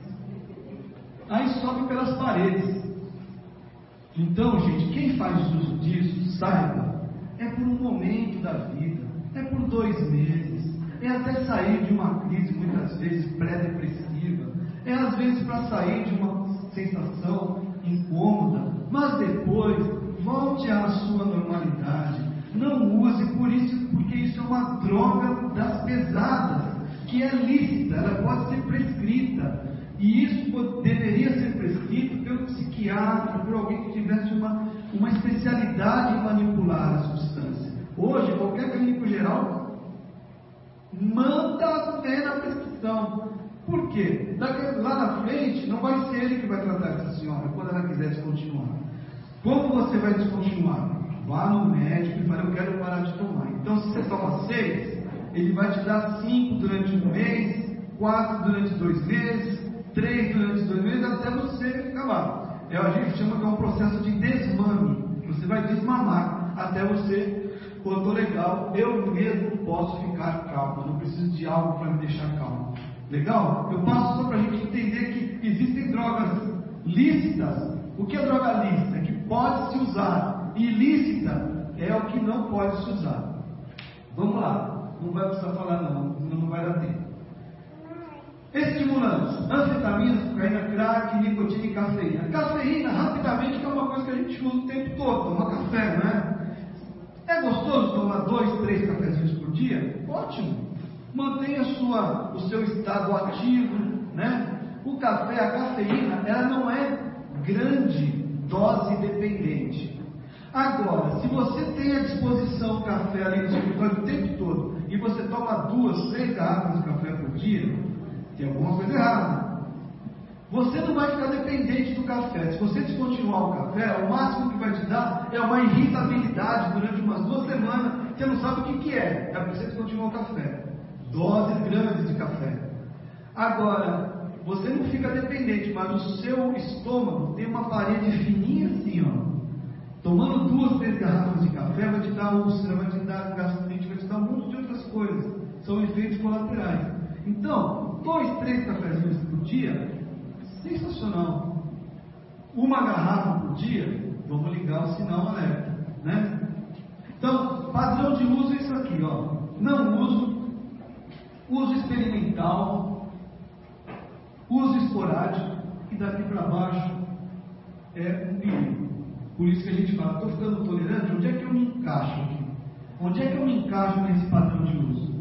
Aí sobe pelas paredes. Então, gente, quem faz uso disso, saiba, é por um momento da vida, é por 2 meses, é até sair de uma crise, muitas vezes pré-depressiva, é às vezes para sair de uma sensação incômoda, mas depois volte à sua normalidade. Não use porque isso é uma droga das pesadas, que é lícita, ela pode ser prescrita, e isso deveria ser prescrito pelo psiquiatra, por alguém que tivesse uma especialidade em manipular a substância. Hoje, qualquer clínico geral manda ver na prescrição. Por quê? Lá na frente, não vai ser ele que vai tratar essa senhora quando ela quiser descontinuar. Como você vai descontinuar? Vá no médico e fale: eu quero parar de tomar. Então, se você toma 6, ele vai te dar 5 durante 1 mês, 4 durante 2 meses, 3 durante 2 meses, até você acabar. A gente chama que é um processo de desmame. Você vai desmamar até você: pô, tô legal, eu mesmo posso ficar calmo, eu não preciso de algo para me deixar calmo. Legal? Eu passo só para a gente entender que existem drogas lícitas. O que é droga lícita? Que pode se usar. Ilícita é o que não pode se usar. Vamos lá, não vai precisar falar não, senão não vai dar tempo. Estimulantes: anfetaminas, cocaína, crack, nicotina e cafeína. Cafeína, rapidamente, que é uma coisa que a gente usa o tempo todo, tomar café, não é? É gostoso tomar 2, 3 cafezinhos por dia? Ótimo! Mantenha o seu estado ativo, né? O café, a cafeína, ela não é grande dose dependente. Agora, se você tem à disposição café ali no seu escritório o tempo todo, e você toma 2, 3 garrafas de café por dia, tem alguma coisa errada. Você não vai ficar dependente do café. Se você descontinuar o café, o máximo que vai te dar é uma irritabilidade durante umas 2 semanas, você não sabe o que é para você descontinuar o café. Doses grandes de café. Agora, você não fica dependente, mas o seu estômago tem uma parede fininha assim, ó. Tomando 2, 3 garrafas de café vai te dar úlcera, vai te dar gastrite, vai te dar um monte de outras coisas. São efeitos colaterais. Então, 2, 3 cafezinhos por dia, sensacional. 1 garrafa por dia, vamos ligar o sinal alerta, né? Então, padrão de uso é isso aqui, ó. Não uso experimental, uso esporádico, e daqui para baixo é um perigo. Por isso que a gente fala: estou ficando tolerante, onde é que eu me encaixo aqui? Onde é que eu me encaixo nesse padrão de uso?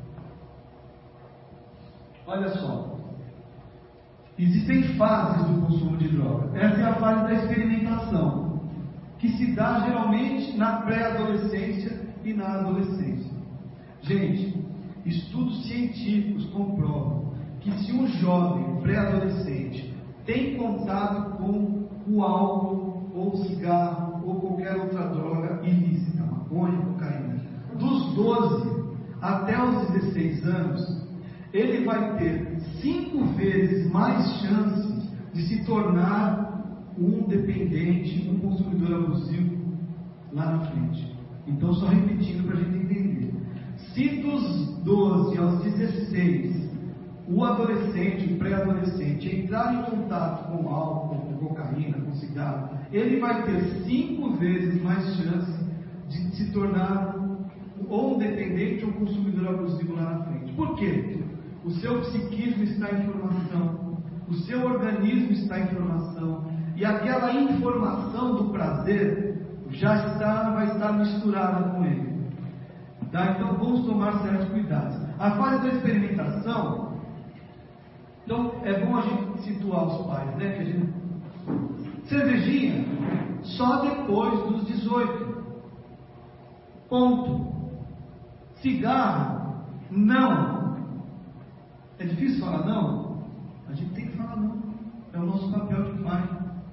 Olha só, existem fases do consumo de droga. Essa é a fase da experimentação, que se dá geralmente na pré-adolescência e na adolescência. Gente, estudos científicos comprovam que se um jovem pré-adolescente tem contato com o álcool, ou cigarro, ou qualquer outra droga ilícita, maconha, cocaína, dos 12 até os 16 anos, ele vai ter 5 vezes mais chances de se tornar um dependente, um consumidor abusivo lá na frente. Então, só repetindo para a gente entender: se dos 12 aos 16 o adolescente, o pré-adolescente entrar em contato com álcool, com cocaína, com cigarro, ele vai ter 5 vezes mais chance de se tornar ou um dependente ou um consumidor abusivo lá na frente. Por quê? O seu psiquismo está em formação, o seu organismo está em formação, e aquela informação do prazer vai estar misturada com ele. Tá? Então vamos tomar certos cuidados. A fase da experimentação, então é bom a gente situar os pais, né? Que a gente... Cervejinha, só depois dos 18. Ponto. Cigarro, não. É difícil falar não? A gente tem que falar não. É o nosso papel de pai.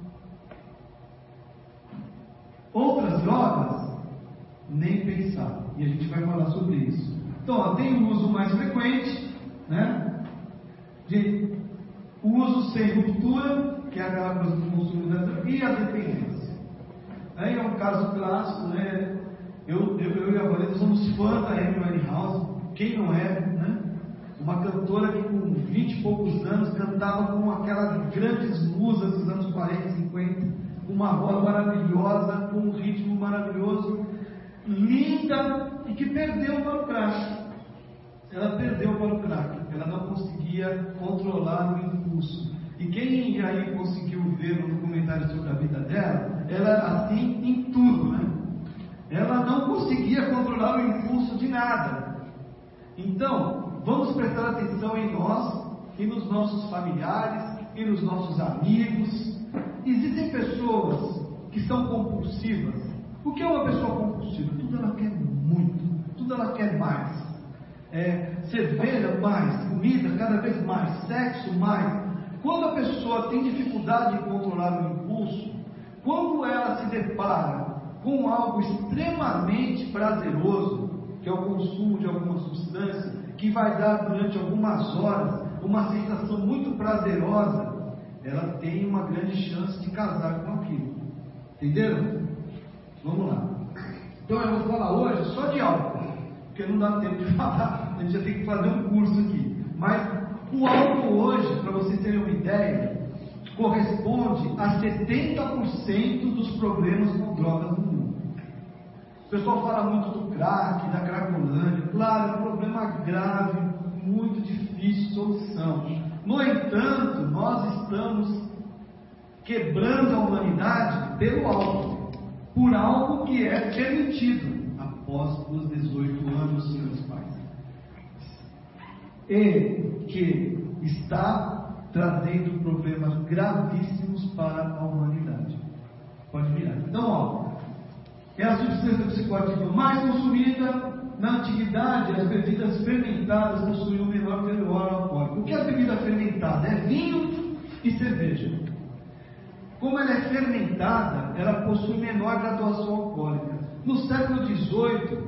Outras drogas, nem pensar. E a gente vai falar sobre isso. Então, ó, tem o uso mais frequente, né? O uso sem ruptura, que é aquela coisa do consumo da droga, e a dependência. Aí é um caso clássico, né? Eu e a Vanessa somos fãs da Amy Winehouse. Quem não é, né? Uma cantora que com 20 e poucos anos cantava com aquelas grandes musas dos anos 40, 50, com uma voz maravilhosa, com um ritmo maravilhoso, linda, e que perdeu para o crack. Ela perdeu para o crack, ela não conseguia controlar o impulso. E quem aí conseguiu ver no documentário sobre a vida dela, ela era assim em tudo, né? Ela não conseguia controlar o impulso de nada. Então, vamos prestar atenção em nós e nos nossos familiares e nos nossos amigos. Existem pessoas que são compulsivas. O que é uma pessoa compulsiva? Tudo ela quer muito, tudo ela quer mais. Cerveja mais, comida cada vez mais, sexo mais. Quando a pessoa tem dificuldade em controlar o impulso, quando ela se depara com algo extremamente prazeroso, que é o consumo de alguma substância, que vai dar durante algumas horas uma sensação muito prazerosa, ela tem uma grande chance de casar com aquilo. Entenderam? Vamos lá. Então eu vou falar hoje só de álcool, porque não dá tempo de falar, a gente já tem que fazer um curso aqui. Mas o álcool hoje, para vocês terem uma ideia, corresponde a 70% dos problemas com drogas no mundo. O pessoal fala muito do crack, da cracolândia. Claro, é um problema grave, muito difícil de solução. No entanto, nós estamos quebrando a humanidade pelo álcool, por algo que é permitido após os 18 anos, senhores pais, e que está trazendo problemas gravíssimos para a humanidade. Pode virar. Então, ó, é a substância psicoativa mais consumida. Na antiguidade, as bebidas fermentadas possuíam um menor teor alcoólico. O que é a bebida fermentada? É vinho e cerveja. Como ela é fermentada, ela possui menor graduação alcoólica. No século XVIII,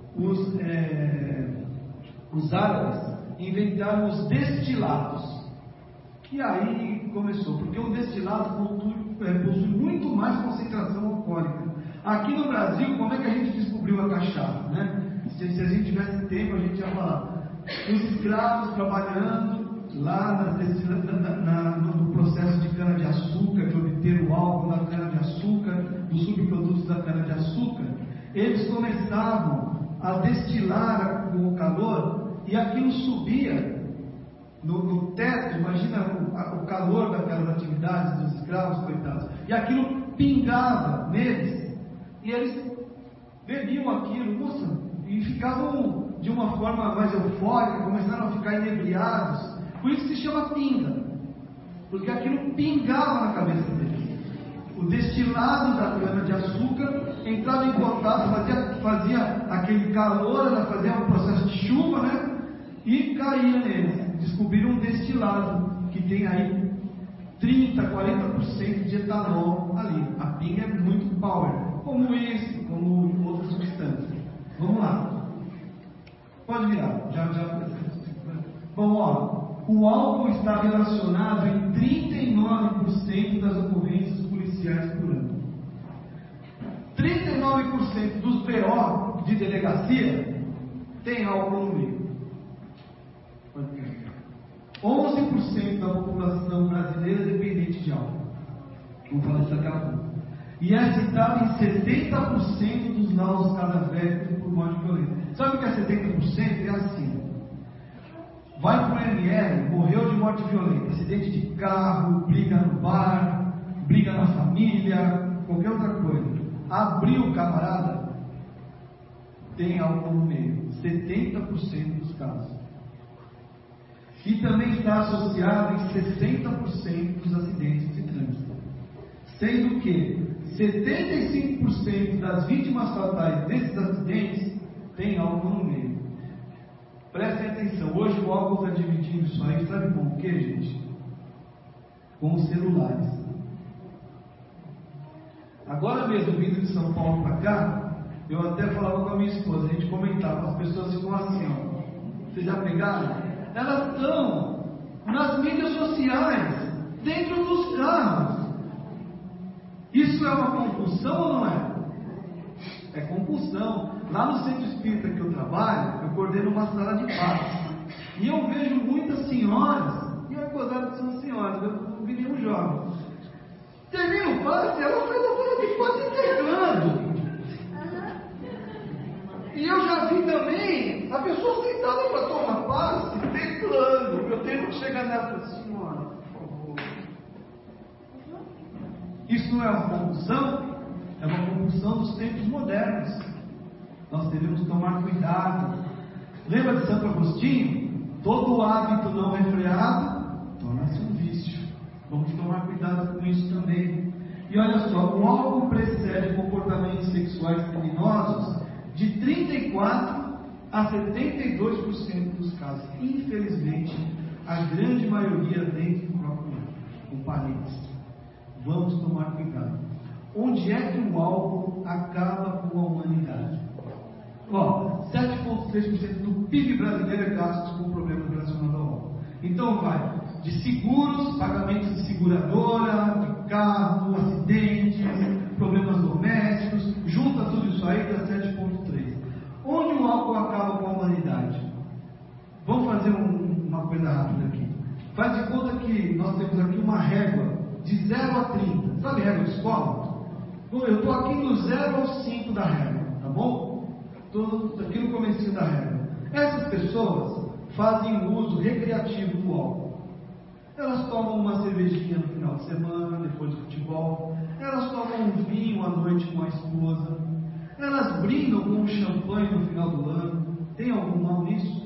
os árabes inventaram os destilados. E aí começou, porque o destilado possui muito mais concentração alcoólica. Aqui no Brasil, como é que a gente descobriu a cachaça, né? Se a gente tivesse tempo, a gente ia falar. Os escravos trabalhando lá no processo de cana-de-açúcar, de obter o álcool da cana-de-açúcar, dos subprodutos da cana-de-açúcar, eles começavam a destilar com o calor, e aquilo subia no teto. Imagina o calor daquelas atividades dos escravos, coitados, e aquilo pingava neles, e eles bebiam aquilo, nossa, e ficavam de uma forma mais eufórica, começaram a ficar inebriados. Por isso se chama pinga, porque aquilo pingava na cabeça deles. O destilado da cana-de-açúcar entrava em contato, fazia aquele calor, fazia um processo de chuva, né? E caía neles. Descobriram um destilado que tem aí 30, 40% de etanol ali. A pinga é muito power, como esse, como outras substâncias. Vamos lá. Pode virar. Bom, ó. O álcool está relacionado em 39% das ocorrências policiais por ano. 39% dos BO de delegacia tem álcool no meio. 11% da população brasileira é dependente de álcool. Vamos falar isso daqui a pouco. E é citado em 70% dos laudos cadavéricos por morte violenta. Sabe o que é 70%? É assim: vai para o ML, morreu de morte violenta, acidente de carro, briga no bar, briga na família, qualquer outra coisa. Abriu o camarada, tem álcool no meio, 70% dos casos. E também está associado em 60% dos acidentes de trânsito. Sendo que 75% das vítimas fatais desses acidentes tem álcool no meio. Prestem atenção, hoje o álcool está dividindo isso aí, sabe com o que, gente? Com os celulares. Agora mesmo, vindo de São Paulo para cá, eu até falava com a minha esposa, a gente comentava, as pessoas ficam assim, ó, vocês já pegaram? Elas estão nas mídias sociais, dentro dos carros. Isso é uma compulsão ou não é? É compulsão. Lá no centro espírita que eu trabalho, eu coordeno uma sala de paz. E eu vejo muitas senhoras, e é gozado que são senhoras, eu não vi nenhum jovem. Termina o passe, ela faz a sala de paz entregando. E eu já vi também a pessoa sentada para tomar passe, teclando. Eu tenho que chegar nela e falar, senhora, por favor. Isso não é uma compulsão? É uma compulsão dos tempos modernos. Nós devemos tomar cuidado. Lembra de Santo Agostinho? Todo hábito não refreado torna-se um vício. Vamos tomar cuidado com isso também. E olha só, o álcool precede comportamentos sexuais criminosos de 34% a 72% dos casos. Infelizmente, a grande maioria dentro do próprio lar, com parentes. Vamos tomar cuidado. Onde é que o álcool acaba com a humanidade? 7,3% do PIB brasileiro é gasto com problemas relacionados ao álcool. Então vai de seguros, pagamentos de seguradora, de carro, acidentes, problemas domésticos, junta tudo isso aí, dá 7,3%. Onde o álcool acaba com a humanidade? Vamos fazer uma coisa rápida aqui. Faz de conta que nós temos aqui uma régua de 0 a 30. Sabe régua de escola? Eu estou aqui no 0 ao 5 da régua, tá bom? Estou aqui no comecinho da régua. Essas pessoas fazem o uso recreativo do álcool. Elas tomam uma cervejinha no final de semana, depois do futebol. Elas tomam um vinho à noite com a esposa. Elas brindam com um champanhe no final do ano. Tem algum mal nisso?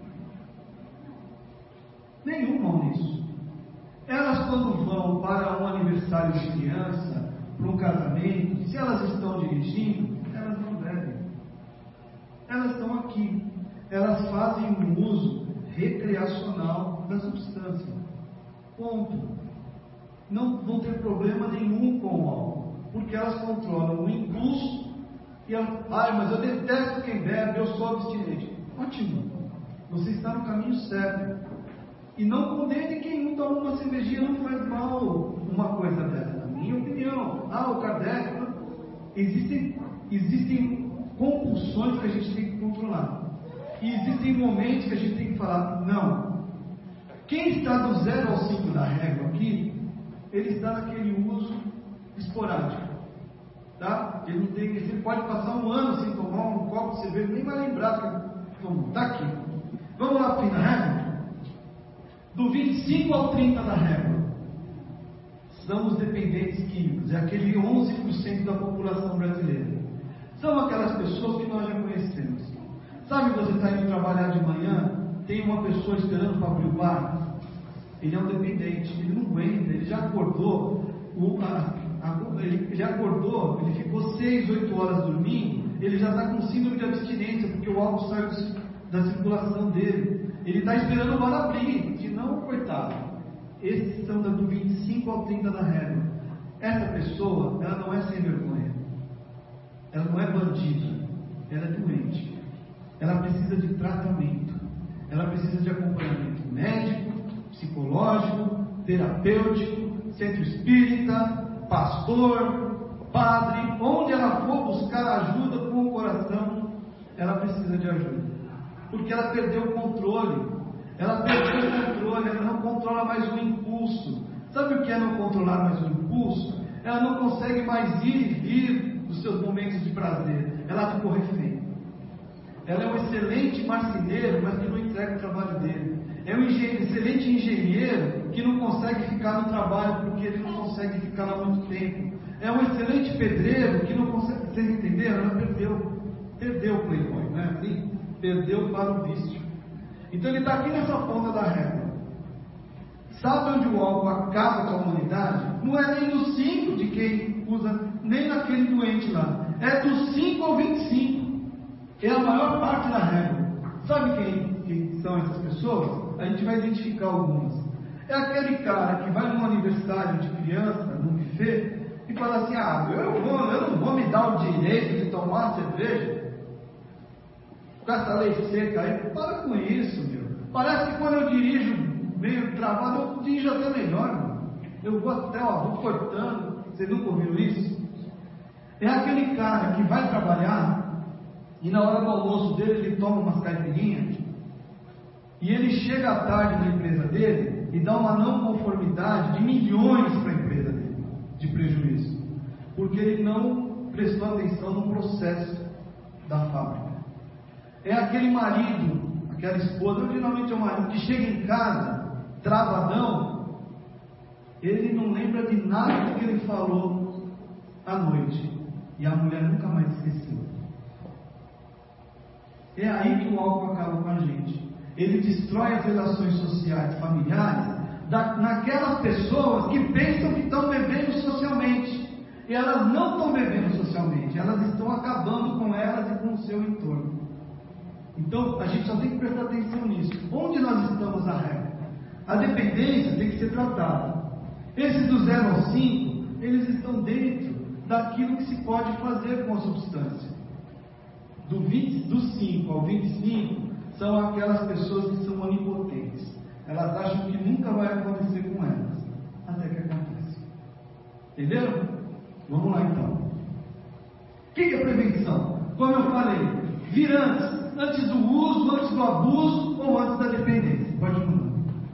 Nenhum mal nisso. Elas, quando vão para um aniversário de criança, para um casamento, se elas estão dirigindo, elas não bebem. Elas estão aqui. Elas fazem um uso recreacional da substância. Ponto. Não vão ter problema nenhum com o álcool, porque elas controlam o impulso e elas, mas eu detesto quem bebe, eu sou abstinente. Ótimo. Você está no caminho certo. E não condene quem não toma uma cervejinha, não faz mal uma coisa dessa. Na minha opinião, o Kardec, existem compulsões que a gente tem que controlar. E existem momentos que a gente tem que falar, não. Quem está do 0 ao 5 da régua aqui, ele está naquele uso esporádico. Tá? Ele pode passar um ano sem tomar um copo de cerveja, nem vai lembrar que tomou. Está aqui. Vamos lá para a régua? Do 25 ao 30 da régua, são os dependentes químicos, é aquele 11% da população brasileira. São aquelas pessoas que nós já conhecemos. Sabe, você está indo trabalhar de manhã, tem uma pessoa esperando para abrir o bar, ele é um dependente, ele não aguenta, ele já acordou, ele ficou 6, 8 horas dormindo, ele já está com síndrome de abstinência, porque o álcool sai da circulação dele. Ele está esperando o bar abrir, senão, coitado. Esses são do 25 ao 30 da régua. Essa pessoa, ela não é sem vergonha. Ela não é bandida. Ela é doente. Ela precisa de tratamento. Ela precisa de acompanhamento médico, psicológico, terapêutico, centro espírita, pastor, padre. Onde ela for buscar ajuda com o coração, ela precisa de ajuda. Porque ela perdeu o controle. Ela não controla mais o impulso. Sabe o que é não controlar mais o impulso? Ela não consegue mais ir e vir dos seus momentos de prazer. Ela ficou refém. Ela é um excelente marceneiro, mas que não entrega o trabalho dele. É um excelente engenheiro que não consegue ficar no trabalho porque ele não consegue ficar lá muito tempo. É um excelente pedreiro que não consegue. Vocês entenderam? Ela perdeu o playboy, não é assim? Perdeu para o vício. Então ele está aqui nessa ponta da régua. Sabe onde o álcool acaba com a humanidade? Não é nem dos 5 de quem usa, nem daquele doente lá. É dos 5 ao 25. É a maior parte da régua. Sabe quem são essas pessoas? A gente vai identificar algumas. É aquele cara que vai num aniversário de criança, num buffet, e fala assim: eu não vou me dar o direito de tomar cerveja com essa lei seca aí. Para com isso, meu. Parece que quando eu dirijo meio travado, eu dirijo até melhor, meu. Eu vou até, vou cortando. Vocês nunca ouviram isso? É aquele cara que vai trabalhar e na hora do almoço dele ele toma umas caipirinhas e ele chega à tarde na empresa dele e dá uma não conformidade de milhões para a empresa dele, de prejuízo, porque ele não prestou atenção no processo da fábrica. É aquele marido, aquela esposa, geralmente é o marido que chega em casa travadão, ele não lembra de nada do que ele falou à noite e a mulher nunca mais esqueceu. É aí que o álcool acaba com a gente. Ele destrói as relações sociais, familiares, naquelas pessoas que pensam que estão bebendo socialmente. E elas não estão bebendo socialmente, elas estão acabando com elas e com o seu entorno. Então, a gente só tem que prestar atenção nisso. Onde nós estamos na regra? A dependência tem que ser tratada. Esses do 0 ao 5, eles estão dentro daquilo que se pode fazer com a substância. Do 5 ao 25, são aquelas pessoas que são onipotentes. Elas acham que nunca vai acontecer com elas, até que acontece. Entenderam? Vamos lá então. O que é prevenção? Como eu falei, vir antes do uso, antes do abuso ou antes da dependência. Pode mudar.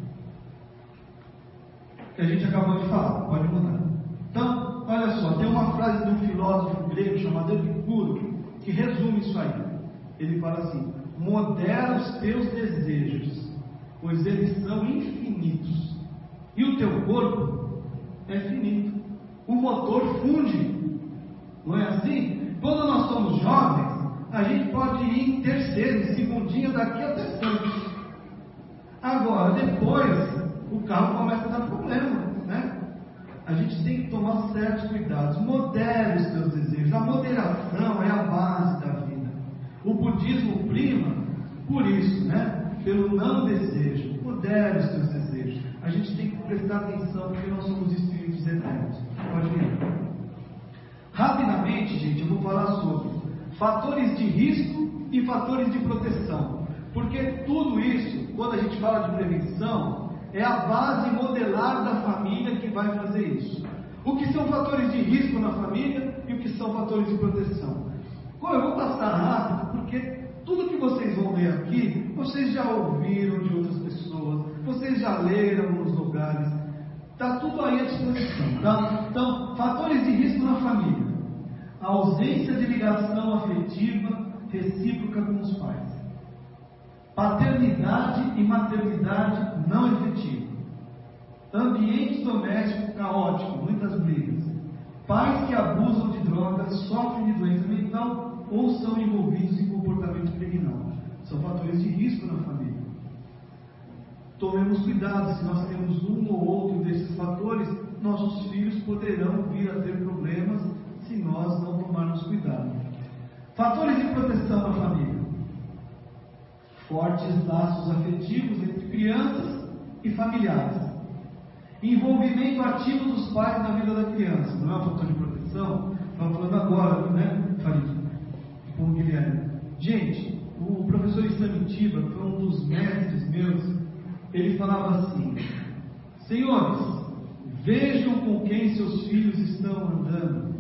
Que a gente acabou de falar, pode mudar. Então, olha só, tem uma frase de um filósofo grego chamado Epicuro que resume isso aí. Ele fala assim: modera os teus desejos, pois eles são infinitos, e o teu corpo é finito. O motor funde, não é assim? Quando nós somos jovens, a gente pode ir em terceiro, em segundinho, daqui até Santos. Agora, depois, o carro começa a dar problema, né? A gente tem que tomar certos cuidados. Modere os seus desejos. A moderação é a base da vida. O budismo prima por isso, né? Pelo não desejo. Modere os seus desejos. A gente tem que prestar atenção, porque nós somos espíritos eternos. Pode vir. Rapidamente, gente, eu vou falar sobre fatores de risco e fatores de proteção. Porque tudo isso, quando a gente fala de prevenção, é a base modelar da família que vai fazer isso. O que são fatores de risco na família e o que são fatores de proteção. Eu vou passar rápido, porque tudo que vocês vão ver aqui, vocês já ouviram de outras pessoas, vocês já leram nos lugares, está tudo aí à disposição. Tá? Então, fatores de risco na família: a ausência de ligação afetiva recíproca com os pais, paternidade e maternidade não efetiva, ambiente doméstico caótico, muitas brigas, pais que abusam de drogas, sofrem de doença mental ou são envolvidos em comportamento criminal. São fatores de risco na família. Tomemos cuidado. Se nós temos um ou outro desses fatores, nossos filhos poderão vir a ter problemas se nós não tomarmos cuidado. Fatores de proteção na família: fortes laços afetivos entre crianças e familiares, envolvimento ativo dos pais na vida da criança. Não é um fator de proteção? Estamos falando agora, né, Farid? Com Guilherme. Gente, o professor Isamitiba, que foi um dos mestres meus, ele falava assim: senhores, vejam com quem seus filhos estão andando.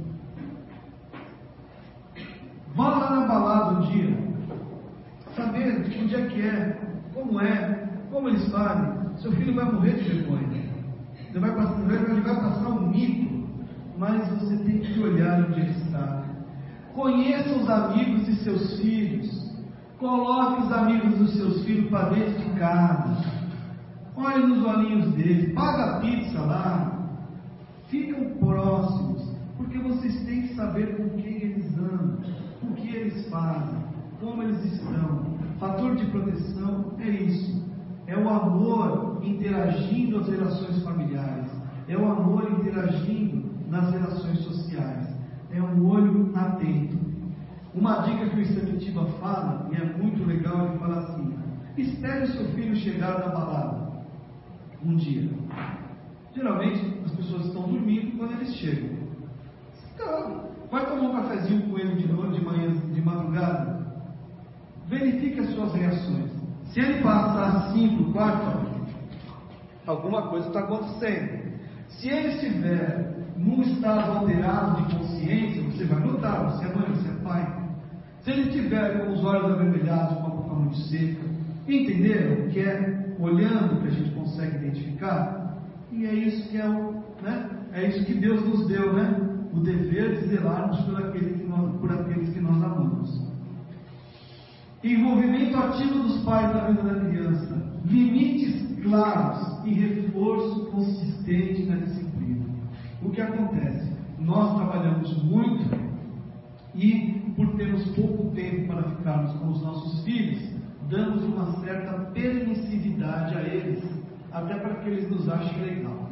Vá lá na balada um dia, saber onde é que é, como eles fazem. Seu filho vai morrer de vergonha. Ele vai passar um mico, mas você tem que olhar onde ele está. Conheça os amigos de seus filhos. Coloque os amigos dos seus filhos para dentro de casa. olhe nos olhinhos deles, paga a pizza lá, ficam próximos, porque vocês têm que saber com quem eles andam, o que eles fazem, como eles estão. Fator de proteção é isso, é o amor interagindo nas relações familiares, é o amor interagindo nas relações sociais, é um olho atento. Uma dica que o Isamitiba fala, e é muito legal, ele fala assim: espere o seu filho chegar na balada um dia. Geralmente as pessoas estão dormindo quando eles chegam. Então, vai tomar um cafezinho com ele de noite, de manhã, de madrugada. Verifique as suas reações. Se ele passar assim para o quarto, alguma coisa está acontecendo. Se ele estiver num estado alterado de consciência, você vai notar, você é mãe, você é pai. Se ele estiver com os olhos avermelhados, com a boca muito seca, entenderam? Que é olhando que a gente consegue identificar. E é isso que é isso que Deus nos deu, o dever de zelarmos por aqueles que nós amamos. Envolvimento ativo dos pais na vida da criança, limites claros e reforço consistente na disciplina. O que acontece? Nós trabalhamos muito e, por termos pouco tempo para ficarmos com os nossos filhos, damos uma certa permissividade a eles, até para que eles nos achem legal,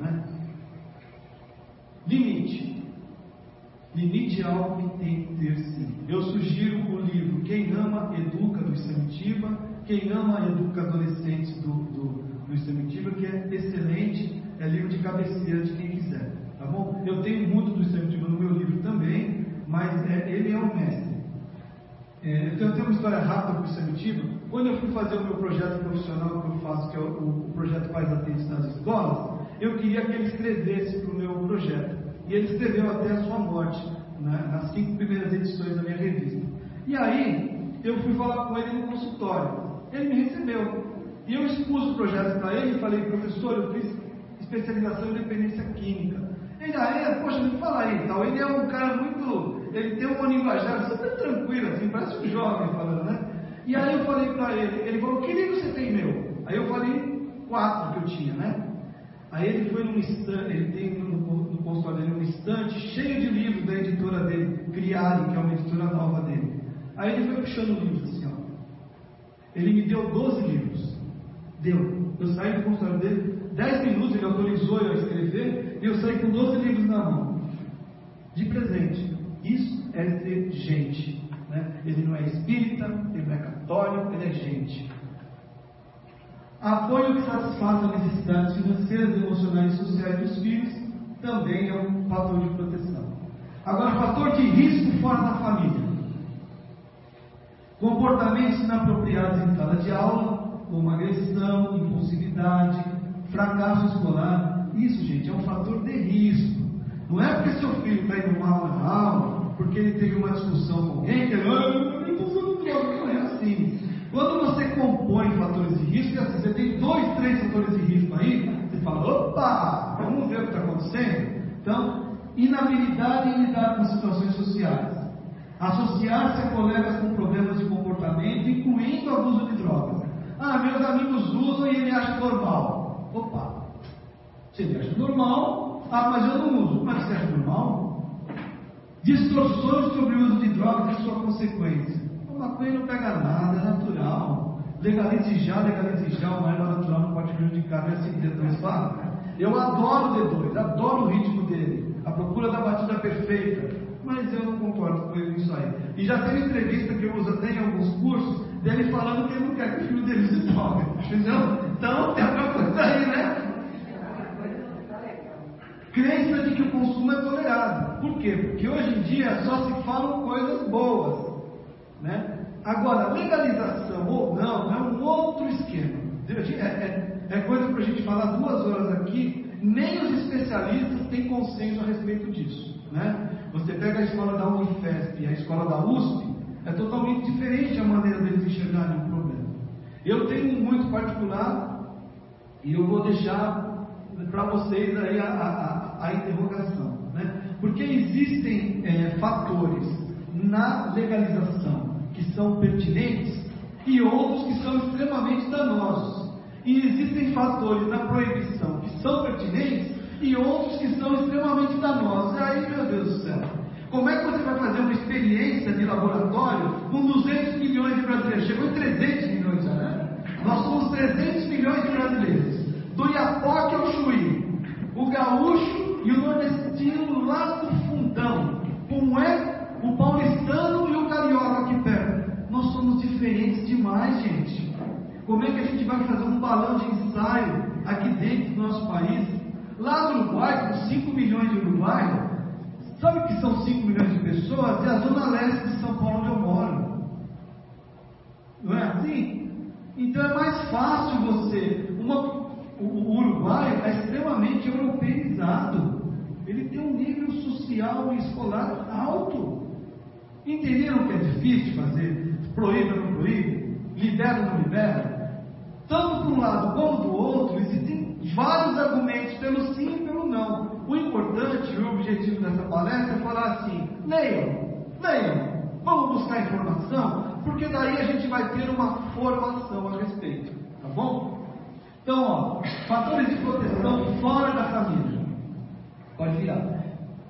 Limite. Limite é algo que tem que ter sim. Eu sugiro o livro Quem Ama Educa, do Isamitiba, Quem Ama Educa Adolescentes, do Isamitiba, que é excelente, é livro de cabeceira de quem quiser, tá bom? Eu tenho muito do Isamitiba no meu livro também, mas ele é um mestre. Eu tenho uma história rápida do Isamitiba. Quando eu fui fazer o meu projeto profissional que eu faço, que é o projeto Pais Atentos nas Escolas, eu queria que ele escrevesse para o meu projeto. E ele escreveu até a sua morte, nas 5 primeiras edições da minha revista. E aí, eu fui falar com ele no consultório. Ele me recebeu. E eu expus o projeto para ele e falei: professor, eu fiz especialização em dependência química. Ele, poxa, me fala aí, tal. Ele é um cara muito... Ele tem uma linguajar super tranquila, assim, parece um jovem falando, E aí eu falei para ele falou: que livro você tem meu? Aí eu falei 4 que eu tinha, Aí ele foi num estante, ele tem no consultório dele um estante cheio de livros da editora dele, Criari, que é uma editora nova dele. Aí ele foi puxando livros assim, Ele me deu 12 livros. Eu saí do consultório dele, 10 minutos ele autorizou eu a escrever, e eu saí com 12 livros na mão, de presente. Isso é ser gente, Ele não é espírita, ele não é católico, ele é gente. Apoio que satisfaz as necessidades financeiras, emocionais e sociais dos filhos também é um fator de proteção. Agora, fator de risco fora da família. Comportamentos inapropriados em sala de aula, como agressão, impulsividade, fracasso escolar. Isso, gente, é um fator de risco. Não é porque seu filho está indo mal na aula, porque ele teve uma discussão com alguém, que ele está usando droga. Não é assim. Quando você compõe fatores de risco, é assim, você tem 2, 3 fatores de risco aí, você fala: opa, vamos ver o que está acontecendo. Então, inabilidade em lidar com situações sociais, associar-se a colegas com problemas de comportamento, incluindo abuso de drogas. Meus amigos usam e ele acha normal. Opa, se ele acha normal, mas eu não uso. Mas você acha normal? Distorções sobre o uso de drogas e sua consequência. A maconha não pega nada, é natural. Legalize já, uma erva natural não pode prejudicar. Não é assim que D2 fala? Eu adoro o D2, adoro o ritmo dele, a procura da batida perfeita, mas eu não concordo com ele nisso aí. E já teve entrevista que eu uso até em alguns cursos, dele falando que ele não quer que o filho dele se drogue, entendeu? Então tem alguma coisa aí, Crença de que o consumo é tolerado. Por quê? Porque hoje em dia só se falam coisas boas, Agora, legalização ou não, é um outro esquema. É coisa para a gente falar 2 horas aqui, nem os especialistas têm consenso a respeito disso, Você pega a escola da Unifesp e a escola da USP, é totalmente diferente a maneira deles enxergarem o problema. Eu tenho muito particular, e eu vou deixar para vocês aí a interrogação, Porque existem fatores na legalização que são pertinentes e outros que são extremamente danosos. E existem fatores na proibição que são pertinentes e outros que são extremamente danosos. E aí, meu Deus do céu, como é que você vai fazer uma experiência de laboratório com 200 milhões de brasileiros? Chegou em 300 milhões já, né? Nós somos 300 milhões de brasileiros. Do Iapoque ao Chuí, o gaúcho e o nordestino lá do fundão. Como é o paulistano e o carioca aqui perto? Nós somos diferentes demais, gente. Como é que a gente vai fazer um balão de ensaio aqui dentro do nosso país? Lá no Uruguai, com 5 milhões de uruguaios, sabe que são 5 milhões de pessoas? É a zona leste de São Paulo onde eu moro. Não é assim? Então é mais fácil você... O uruguaio é extremamente europeizado. Ele tem um nível social e escolar alto. Entenderam que é difícil fazer? Proíbe ou não proíbe? Libera ou não libera? Tanto para um lado como do outro, existem vários argumentos pelo sim e pelo não. O importante e o objetivo dessa palestra é falar assim: leiam, vamos buscar informação, porque daí a gente vai ter uma formação a respeito, tá bom? Então, fatores de proteção fora da família. Pode virar.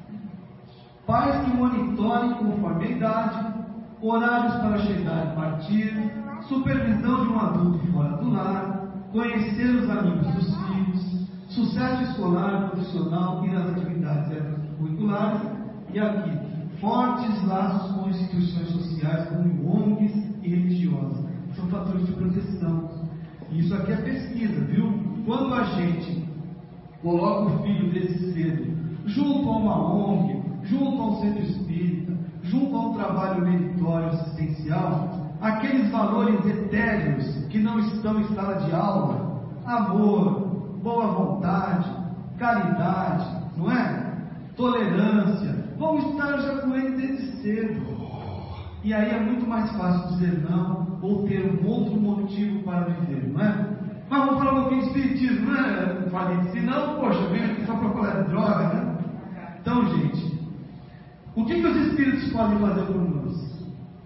Pais que monitorem conforme a idade, horários para chegar e partir, supervisão de um adulto fora do lar, conhecer os amigos dos filhos, sucesso escolar, profissional e nas atividades extracurriculares, e aqui, fortes laços com instituições sociais como ONGs e religiosas. São fatores de proteção. Isso aqui é pesquisa, viu? Quando a gente coloca o filho desde cedo junto a uma ONG, junto a um centro espírita, junto a um trabalho meritório assistencial, aqueles valores etéreos que não estão em sala de aula, amor, boa vontade, caridade, não é? Tolerância, vão estar já com ele desde cedo. E aí é muito mais fácil dizer não ou ter um outro motivo para viver, não é? Mas vamos falar um pouquinho de espiritismo, não é, Valide? Se não, poxa, vem aqui só para falar de droga, né? Então, gente, o que os espíritos podem fazer por nós?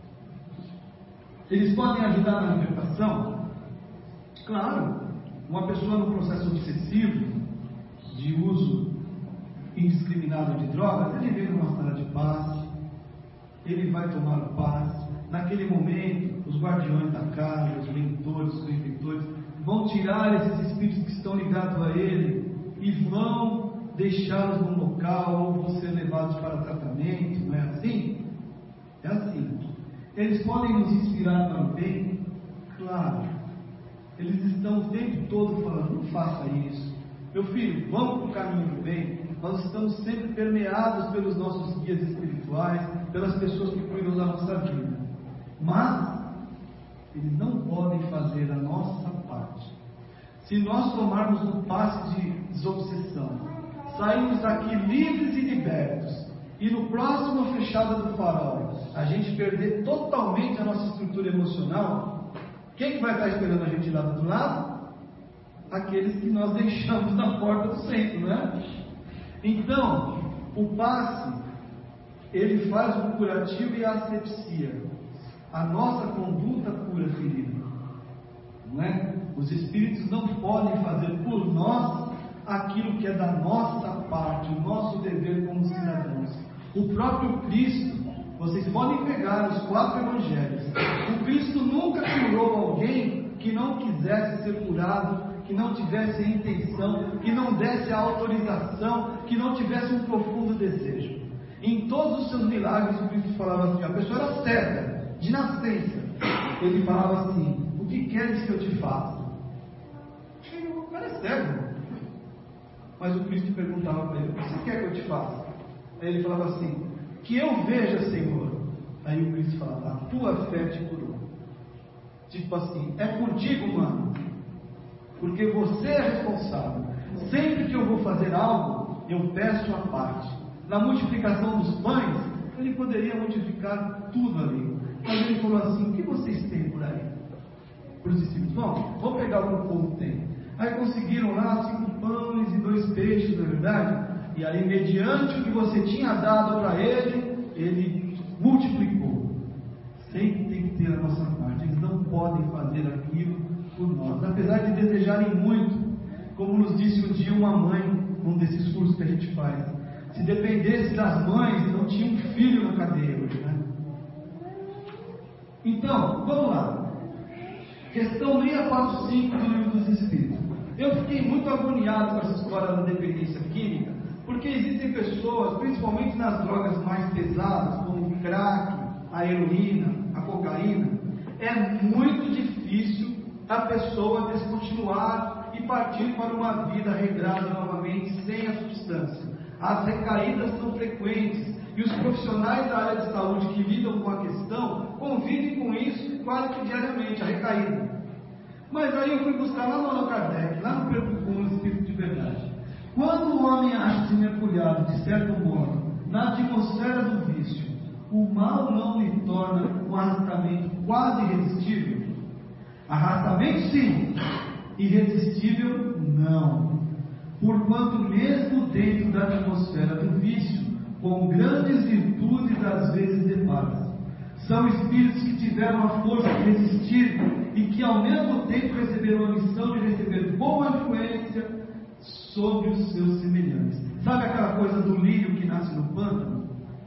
Eles podem ajudar na libertação? Claro, uma pessoa no processo obsessivo de uso indiscriminado de drogas, ele vem numa sala de paz, ele vai tomar o paz. Naquele momento, os guardiões da casa, os mentores, os benfeitores, vão tirar esses espíritos que estão ligados a ele e vão deixá-los num local ou vão ser levados para tratamento, não é assim? É assim. Eles podem nos inspirar para o bem? Claro. Eles estão o tempo todo falando: não faça isso. Meu filho, vamos para o caminho do bem. Nós estamos sempre permeados pelos nossos guias espirituais, pelas pessoas que cuidam da nossa vida. Mas eles não podem fazer a nossa parte. Se nós tomarmos um passe de desobsessão, sairmos daqui livres e libertos, e no próximo fechada do farol, a gente perder totalmente a nossa estrutura emocional, quem que vai estar esperando a gente lá do outro lado? Aqueles que nós deixamos na porta do centro, não é? Então, o passe, ele faz o curativo e a asepsia. A nossa conduta cura a ferida, não é? Os espíritos não podem fazer por nós aquilo que é da nossa parte, o nosso dever como cidadãos. O próprio Cristo, vocês podem pegar os 4 evangelhos, o Cristo nunca curou alguém que não quisesse ser curado, que não tivesse a intenção, que não desse a autorização, que não tivesse um profundo desejo. Em todos os seus milagres, o Cristo falava assim: a pessoa era cega de nascença, ele falava assim: o que queres que eu te faça? O cara é cego, mas o Cristo perguntava para ele: o que você quer que eu te faça? Aí ele falava assim: que eu veja, Senhor. Aí o Cristo falava: a tua fé te curou. Tipo assim, é contigo, mano, porque você é responsável. Sempre que eu vou fazer algo, eu peço a parte. Na multiplicação dos pães, ele poderia multiplicar tudo ali, mas ele falou assim: o que vocês têm por aí? Para os discípulos: vamos pegar o que o povo tem. Aí conseguiram lá 5 pães e 2 peixes, não é verdade? E aí, mediante o que você tinha dado para ele, ele multiplicou. Sempre tem que ter a nossa parte. Eles não podem fazer aquilo por nós, apesar de desejarem muito, como nos disse um dia uma mãe, num desses cursos que a gente faz. Se dependesse das mães, não tinha um filho na cadeia hoje, né? Então, vamos lá. Questão 645 do Livro dos Espíritos. Eu fiquei muito agoniado com essa história da dependência química, porque existem pessoas, principalmente nas drogas mais pesadas, como o crack, a heroína, a cocaína, é muito difícil a pessoa descontinuar e partir para uma vida regrada novamente, sem a substância. As recaídas são frequentes, e os profissionais da área de saúde que lidam com a questão convivem com isso quase que diariamente, a recaída. Mas aí eu fui buscar lá no Allan Kardec, lá no Perfume do Espírito de Verdade. Quando o homem acha-se mergulhado, de certo modo, na atmosfera do vício, o mal não lhe torna um arrastamento quase irresistível? Arrastamento sim, irresistível não. Porquanto mesmo dentro da atmosfera do vício, com grandes virtudes às vezes depara-se. São espíritos que tiveram a força de resistir e que ao mesmo tempo receberam a missão de receber boa influência sobre os seus semelhantes. Sabe aquela coisa do lírio que nasce no pântano?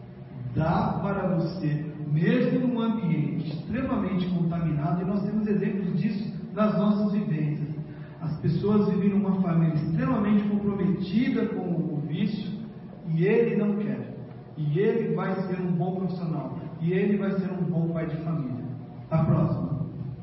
Dá para você, mesmo num ambiente extremamente contaminado, e nós temos exemplos disso nas nossas vivências. As pessoas vivem numa família extremamente comprometida com o vício, e ele não quer. E ele vai ser um bom profissional. E ele vai ser um bom pai de família. A próxima.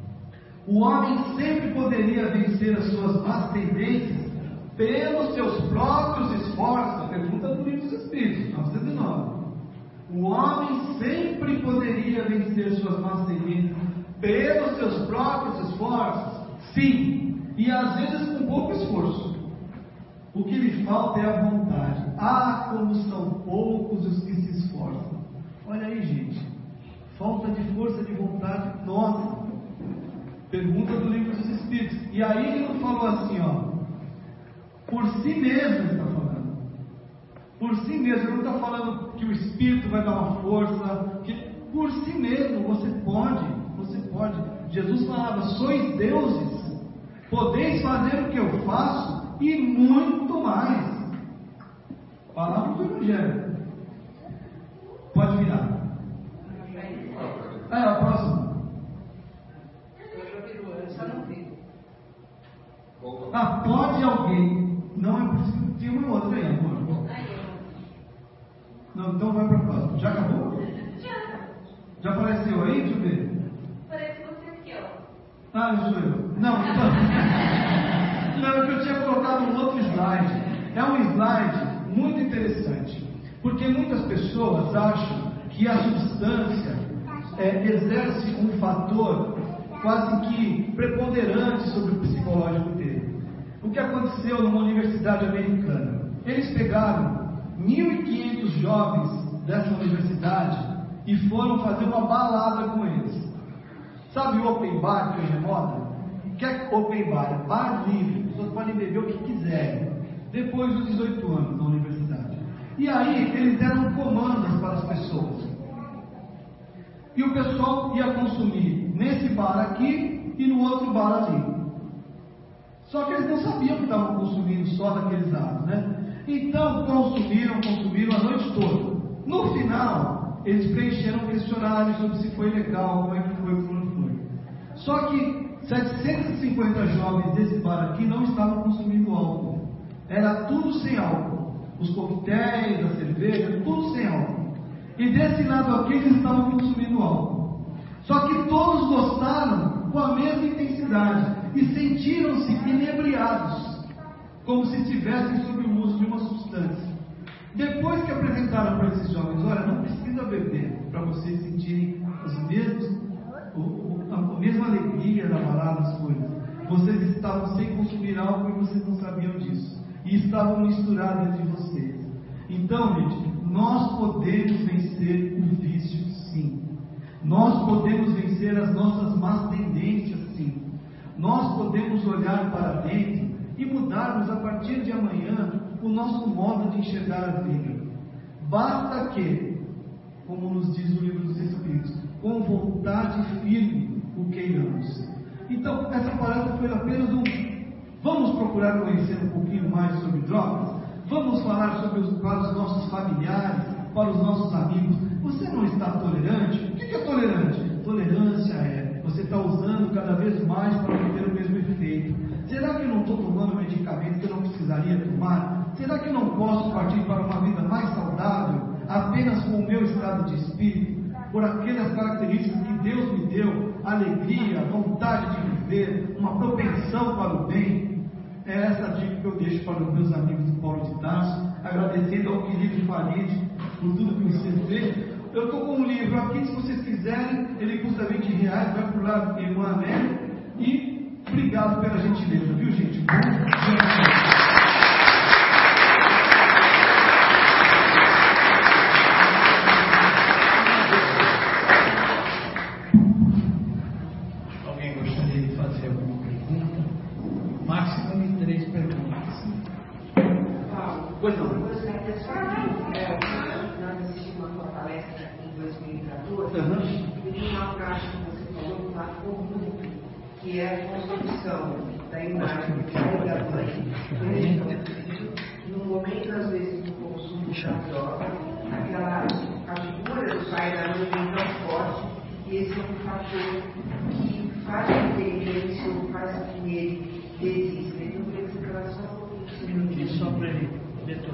O homem sempre poderia vencer as suas más tendências pelos seus próprios esforços. A pergunta do Livro dos Espíritos, 909. O homem sempre poderia vencer suas más tendências pelos seus próprios esforços? Sim, e às vezes com pouco esforço. O que lhe falta é a vontade. Ah, como são poucos os que se esforçam. Olha aí, gente. Falta de força de vontade nossa. Pergunta do Livro dos Espíritos. E aí ele não falou assim, ó. Por si mesmo ele está falando. Por si mesmo. Ele não está falando que o Espírito vai dar uma força. Que por si mesmo você pode. Você pode. Jesus falava, sois deuses. Podeis fazer o que eu faço e muito mais. Palavra do Evangelho. Pode virar. A próxima. Pode alguém. Não é possível. Tinha uma outra aí, amor. Não, então vai para a próxima. Já acabou? Já apareceu aí? Deixa eu ver. Parece você aqui, ó. Não sou eu. Não, então. Não, é que eu tinha colocado um outro slide. É um slide muito interessante, porque muitas pessoas acham que a substância exerce um fator quase que preponderante sobre o psicológico dele. O que aconteceu numa universidade americana? Eles pegaram 1.500 jovens dessa universidade e foram fazer uma balada com eles. Sabe o open bar que hoje é moda? O que é open bar? Bar livre. As pessoas podem beber o que quiserem, depois dos 18 anos na universidade. E aí eles deram comandas para as pessoas. E o pessoal ia consumir nesse bar aqui e no outro bar ali. Só que eles não sabiam que estavam consumindo só daqueles lados, né? Então consumiram a noite toda. No final, eles preencheram um questionário sobre se foi legal, como é que foi, como não foi. Só que 750 jovens desse bar aqui não estavam consumindo álcool. Era tudo sem álcool. Os coquetéis, a cerveja, tudo sem álcool. E desse lado aqui eles estavam consumindo álcool. Só que todos gostaram com a mesma intensidade e sentiram-se inebriados, como se estivessem sob o uso de uma substância. Depois que apresentaram para esses jovens, olha, não precisa beber para vocês sentirem a mesma alegria da balada, as coisas. Vocês estavam sem consumir álcool e vocês não sabiam disso. E estavam misturados entre vocês. Então, gente, nós podemos vencer o vício, sim. Nós podemos vencer as nossas más tendências, sim. Nós podemos olhar para dentro e mudarmos a partir de amanhã o nosso modo de enxergar a vida. Basta que, como nos diz o Livro dos Espíritos, com vontade firme o queiramos. Então, essa palestra foi apenas vamos procurar conhecer um pouquinho mais sobre drogas? Vamos falar para os nossos familiares, para os nossos amigos. Você não está tolerante? O que é tolerante? Tolerância é você está usando cada vez mais para obter o mesmo efeito. Será que eu não estou tomando medicamento que eu não precisaria tomar? Será que eu não posso partir para uma vida mais saudável apenas com o meu estado de espírito? Por aquelas características que Deus me deu, alegria, vontade de viver, uma propensão para o bem. É essa dica que eu deixo para os meus amigos do Paulo de Tarso, agradecendo ao querido Farid por tudo que você fez. Eu estou com um livro aqui, se vocês quiserem, ele custa R$20, vai por lá em uma anel. E obrigado pela gentileza, viu, gente? Bom dia. Pois não. Nós assistimos uma palestra em 2014 e uma prática que você falou marcou muito, que é a construção da imagem do pai e da mãe, no momento, às vezes, do consumo da droga, a figura do pai e da mãe é tão forte, e esse é um fator que faz com que ele faz com que ele desista. Então, eu queria que você falasse só um pouquinho só para ele.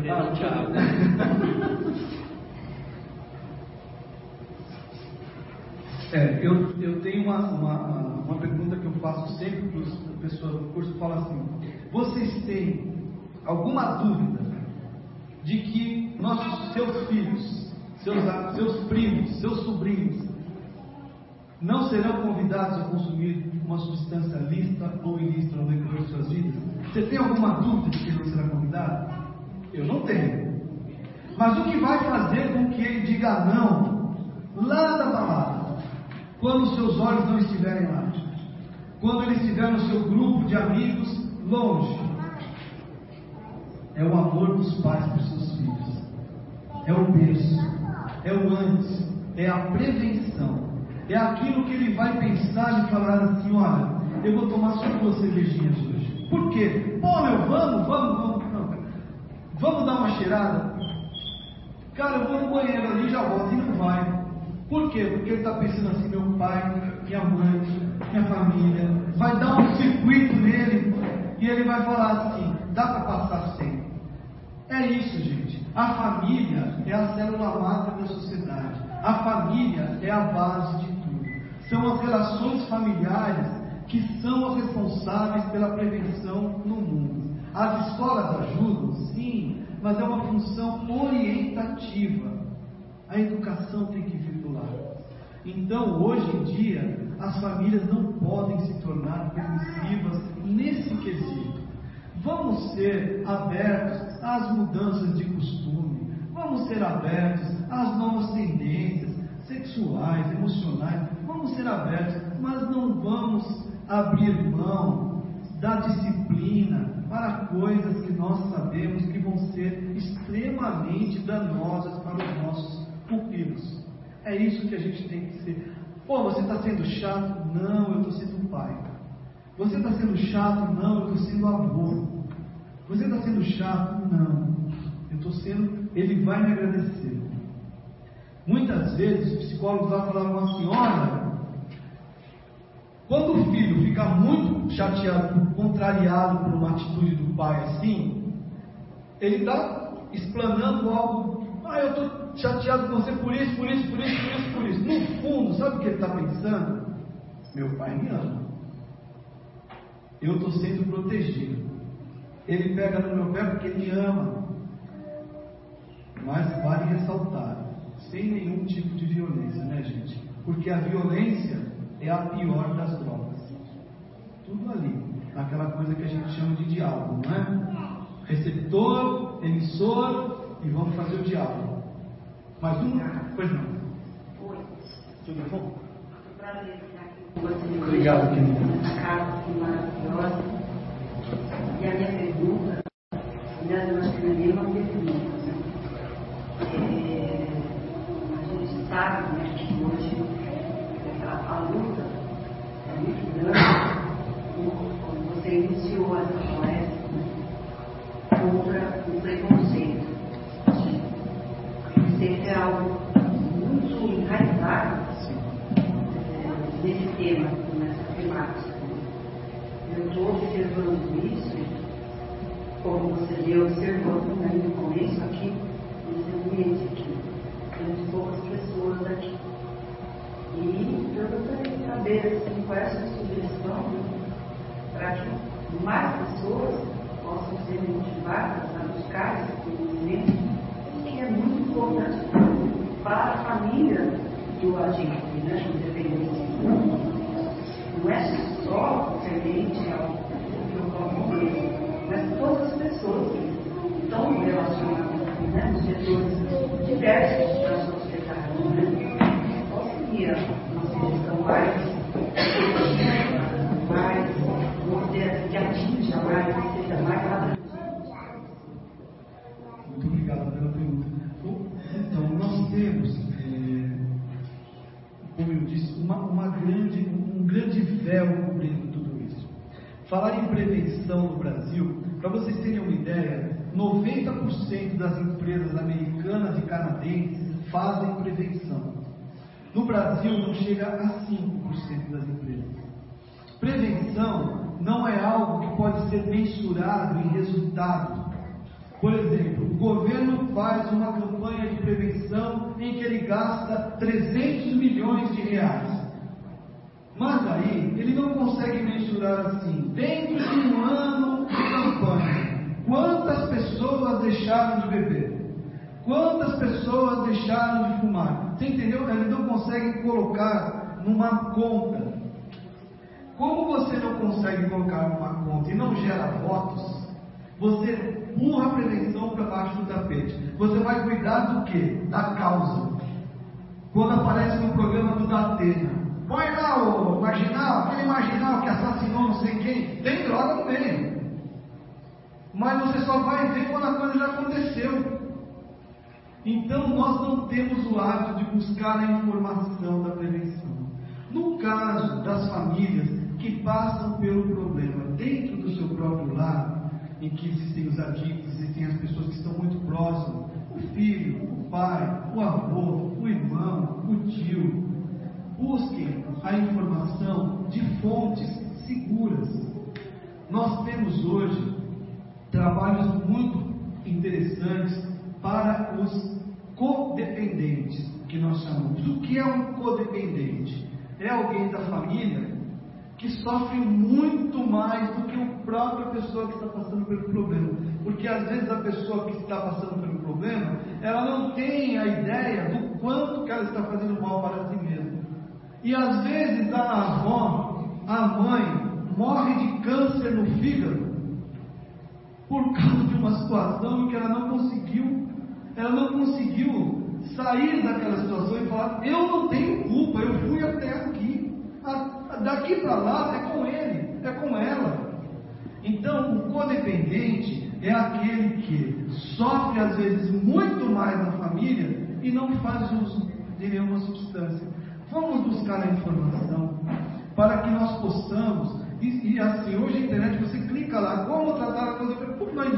Eu tenho uma pergunta que eu faço sempre para as pessoas do curso, fala assim: vocês têm alguma dúvida de que seus filhos, seus primos, seus sobrinhos não serão convidados a consumir uma substância lícita ou ilícita no decorrer de suas vidas? Você tem alguma dúvida de que ele não será convidado? Eu não tenho. Mas o que vai fazer com que ele diga não lá da balada, quando os seus olhos não estiverem lá, quando ele estiver no seu grupo de amigos longe? É o amor dos pais para os seus filhos, é o berço, é o antes, é a prevenção, é aquilo que ele vai pensar e falar assim: olha, eu vou tomar só 2 cervejinhas hoje. Por quê? Pô, meu, vamos. Vamos dar uma cheirada? Cara, eu vou no banheiro ali e já volto. E não vai. Por quê? Porque ele está pensando assim: meu pai, minha mãe, minha família. Vai dar um circuito nele e ele vai falar assim: dá para passar sem. É isso, gente. A família é a célula máter da sociedade. A família é a base de tudo. São as relações familiares que são as responsáveis pela prevenção no mundo. As escolas ajudam, sim, mas é uma função orientativa. A educação tem que vir do lado. Então, hoje em dia, as famílias não podem se tornar permissivas nesse quesito. Vamos ser abertos às mudanças de costume, vamos ser abertos às novas tendências sexuais, emocionais, vamos ser abertos, mas não vamos abrir mão da disciplina para coisas que nós sabemos que vão ser extremamente danosas para os nossos pupilos. É isso que a gente tem que ser. Pô, você está sendo chato? Não, eu estou sendo pai. Você está sendo chato? Não, eu estou sendo avô. Você está sendo chato? Não, eu estou sendo... Ele vai me agradecer. Muitas vezes os psicólogos lá falavam assim: olha, quando o filho fica muito chateado, contrariado por uma atitude do pai assim, ele está explanando algo: eu estou chateado com você por isso. No fundo, sabe o que ele está pensando? Meu pai me ama, eu estou sendo protegido, ele pega no meu pé porque ele ama. Mas vale ressaltar, sem nenhum tipo de violência, né, gente? Porque a violência é a pior das drogas. Tudo ali, aquela coisa que a gente chama de diálogo, não é? Receptor, emissor, e vamos fazer o diálogo. Mais um? Pois não. Oi. Tudo bom? Prazer estar aqui com você. Obrigado, querido. Essa casa aqui maravilhosa. E a minha pergunta, aliás, eu acho que não é nem uma pergunta. A gente sabe, né, que hoje a luta é muito grande esse é algo muito enraizado nesse tema, nessa temática. Eu estou observando isso, como você veio observando no começo aqui, nesse ambiente aqui. Temos poucas pessoas aqui. E eu gostaria de saber assim, qual é a sua sugestão para que mais pessoas possam ser motivadas a buscar esse conhecimento, que é muito importante para a família do agente, né, do dependente. Não é só referente ao dele, mas todas as pessoas que estão relacionadas, né, nos setores diversos da sociedade. Né? Qual seria uma sugestão mais, vamos dizer assim, que atinja mais, que seja mais abrangente? Muito obrigado pela pergunta. Então, nós temos, como eu disse, um grande véu cobrindo tudo isso. Falar em prevenção no Brasil, para vocês terem uma ideia, 90% das empresas americanas e canadenses fazem prevenção. No Brasil não chega a 5% das empresas. Prevenção não é algo que pode ser mensurado em resultado. Por exemplo, o governo faz uma campanha de prevenção em que ele gasta 300 milhões de reais. Mas aí, ele não consegue mensurar assim, dentro de um ano de campanha, quantas pessoas deixaram de beber? Quantas pessoas deixaram de fumar? Você entendeu? Ele não consegue colocar numa conta. Como você não consegue colocar numa conta e não gera votos, você empurra a prevenção para baixo do tapete. Você vai cuidar do quê? Da causa. Quando aparece no programa do Datena, põe lá o marginal, aquele marginal que assassinou não sei quem, tem droga no meio. Mas você só vai ver quando a coisa já aconteceu. Então nós não temos o hábito de buscar a informação da prevenção. No caso das famílias que passam pelo problema dentro do seu próprio lar, em que existem os adictos, existem as pessoas que estão muito próximas, o filho, o pai, o avô, o irmão, o tio, busquem a informação de fontes seguras. Nós temos hoje trabalhos muito interessantes para os codependentes, que nós chamamos. O que é um codependente? É alguém da família que sofre muito mais do que a própria pessoa que está passando pelo problema. Porque às vezes a pessoa que está passando pelo problema, ela não tem a ideia do quanto que ela está fazendo mal para si mesma. E às vezes a avó, a mãe, morre de câncer no fígado por causa de uma situação em que ela não conseguiu sair daquela situação e falar: eu não tenho culpa, eu fui até aqui. Daqui para lá é com ele, é com ela. Então o codependente é aquele que sofre às vezes muito mais na família e não faz uso de nenhuma substância. Vamos buscar a informação para que nós possamos, e assim, hoje a internet, você clica lá, como tratar a codependência, mas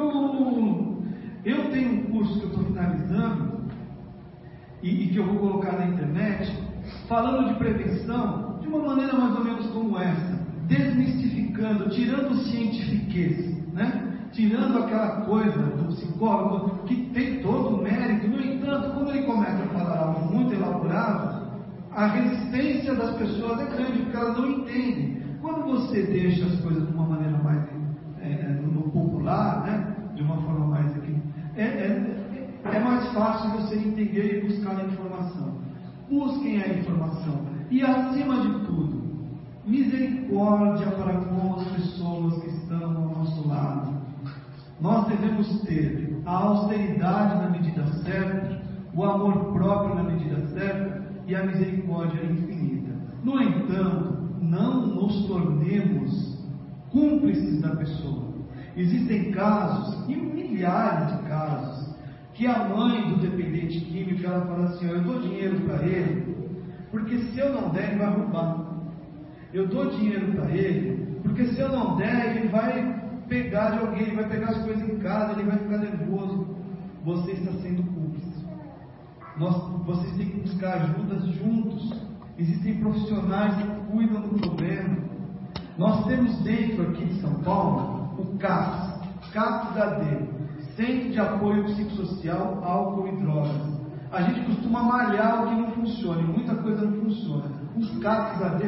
eu tenho um curso que eu estou finalizando e que eu vou colocar na internet, falando de prevenção de uma maneira mais ou menos como essa, desmistificando, tirando o cientifiquez, né? Tirando aquela coisa do psicólogo que tem todo o mérito. No entanto, quando ele começa a falar algo muito elaborado, a resistência das pessoas é grande, porque elas não entendem. Quando você deixa as coisas de uma maneira mais no popular, né? De uma forma mais aqui, é mais fácil você entender e buscar a informação. Busquem a informação e, acima de tudo, misericórdia para com as pessoas que estão ao nosso lado. Nós devemos ter a austeridade na medida certa, o amor próprio na medida certa e a misericórdia infinita. No entanto, não nos tornemos cúmplices da pessoa. Existem casos, e milhares de casos, que a mãe do dependente químico, ela fala assim: eu dou dinheiro para ele, porque se eu não der, ele vai roubar. Eu dou dinheiro para ele, porque se eu não der, ele vai pegar de alguém, ele vai pegar as coisas em casa, ele vai ficar nervoso. Você está sendo cúmplice. Vocês têm que buscar ajudas juntos. Existem profissionais que cuidam do problema. Nós temos dentro aqui de São Paulo o CAPS-HD, Centro de Apoio Psicossocial, Álcool e Drogas. A gente costuma malhar o que não funciona, e muita coisa não funciona. O CAPS-HD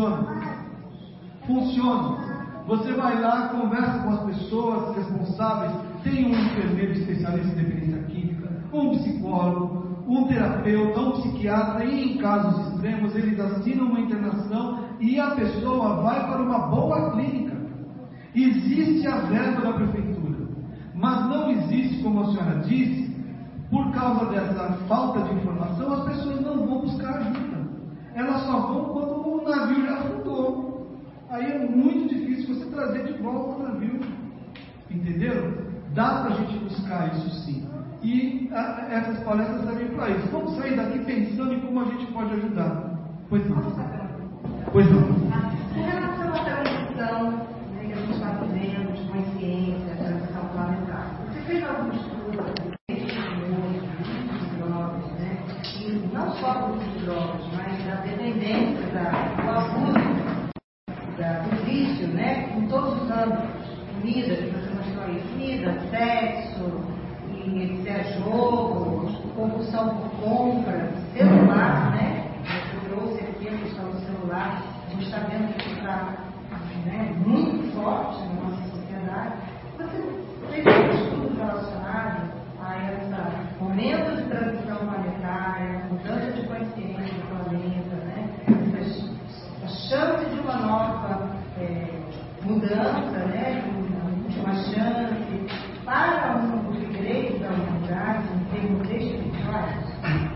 funciona. Você vai lá, conversa com as pessoas responsáveis, tem um enfermeiro especialista em dependência química, um psicólogo, um terapeuta, um psiquiatra, e em casos extremos eles assinam uma internação e a pessoa vai para uma boa clínica. Existe a verba da prefeitura, mas não existe, como a senhora disse, por causa dessa falta de informação, as pessoas não vão buscar ajuda. Elas só vão quando o navio já afundou. Aí é muito difícil você trazer de volta o navio. Entenderam? Dá para a gente buscar isso sim. E essas palestras servem para isso. Vamos sair daqui pensando em como a gente pode ajudar. Pois não. Pois não. Em relação à transição, que a gente está vivendo, de consciência, a transição planetária, você fez algum estudo de drogas, né? E não só do uso de drogas, mas da dependência, do abuso, do vício, né? Em todos os âmbitos. Comida, que você mostrou aí, comida, sexo, e etc. Jogo, compulsão por compra, celular, né? Você trouxe aqui a questão do celular. A gente está vendo que isso está, né, muito forte na nossa sociedade. Você fez um estudo relacionado a esse momento de transição planetária, mudança de consciência do planeta, né? A chance de uma nova mudança, né? Uma chance para um upgrade da humanidade em termos espirituais.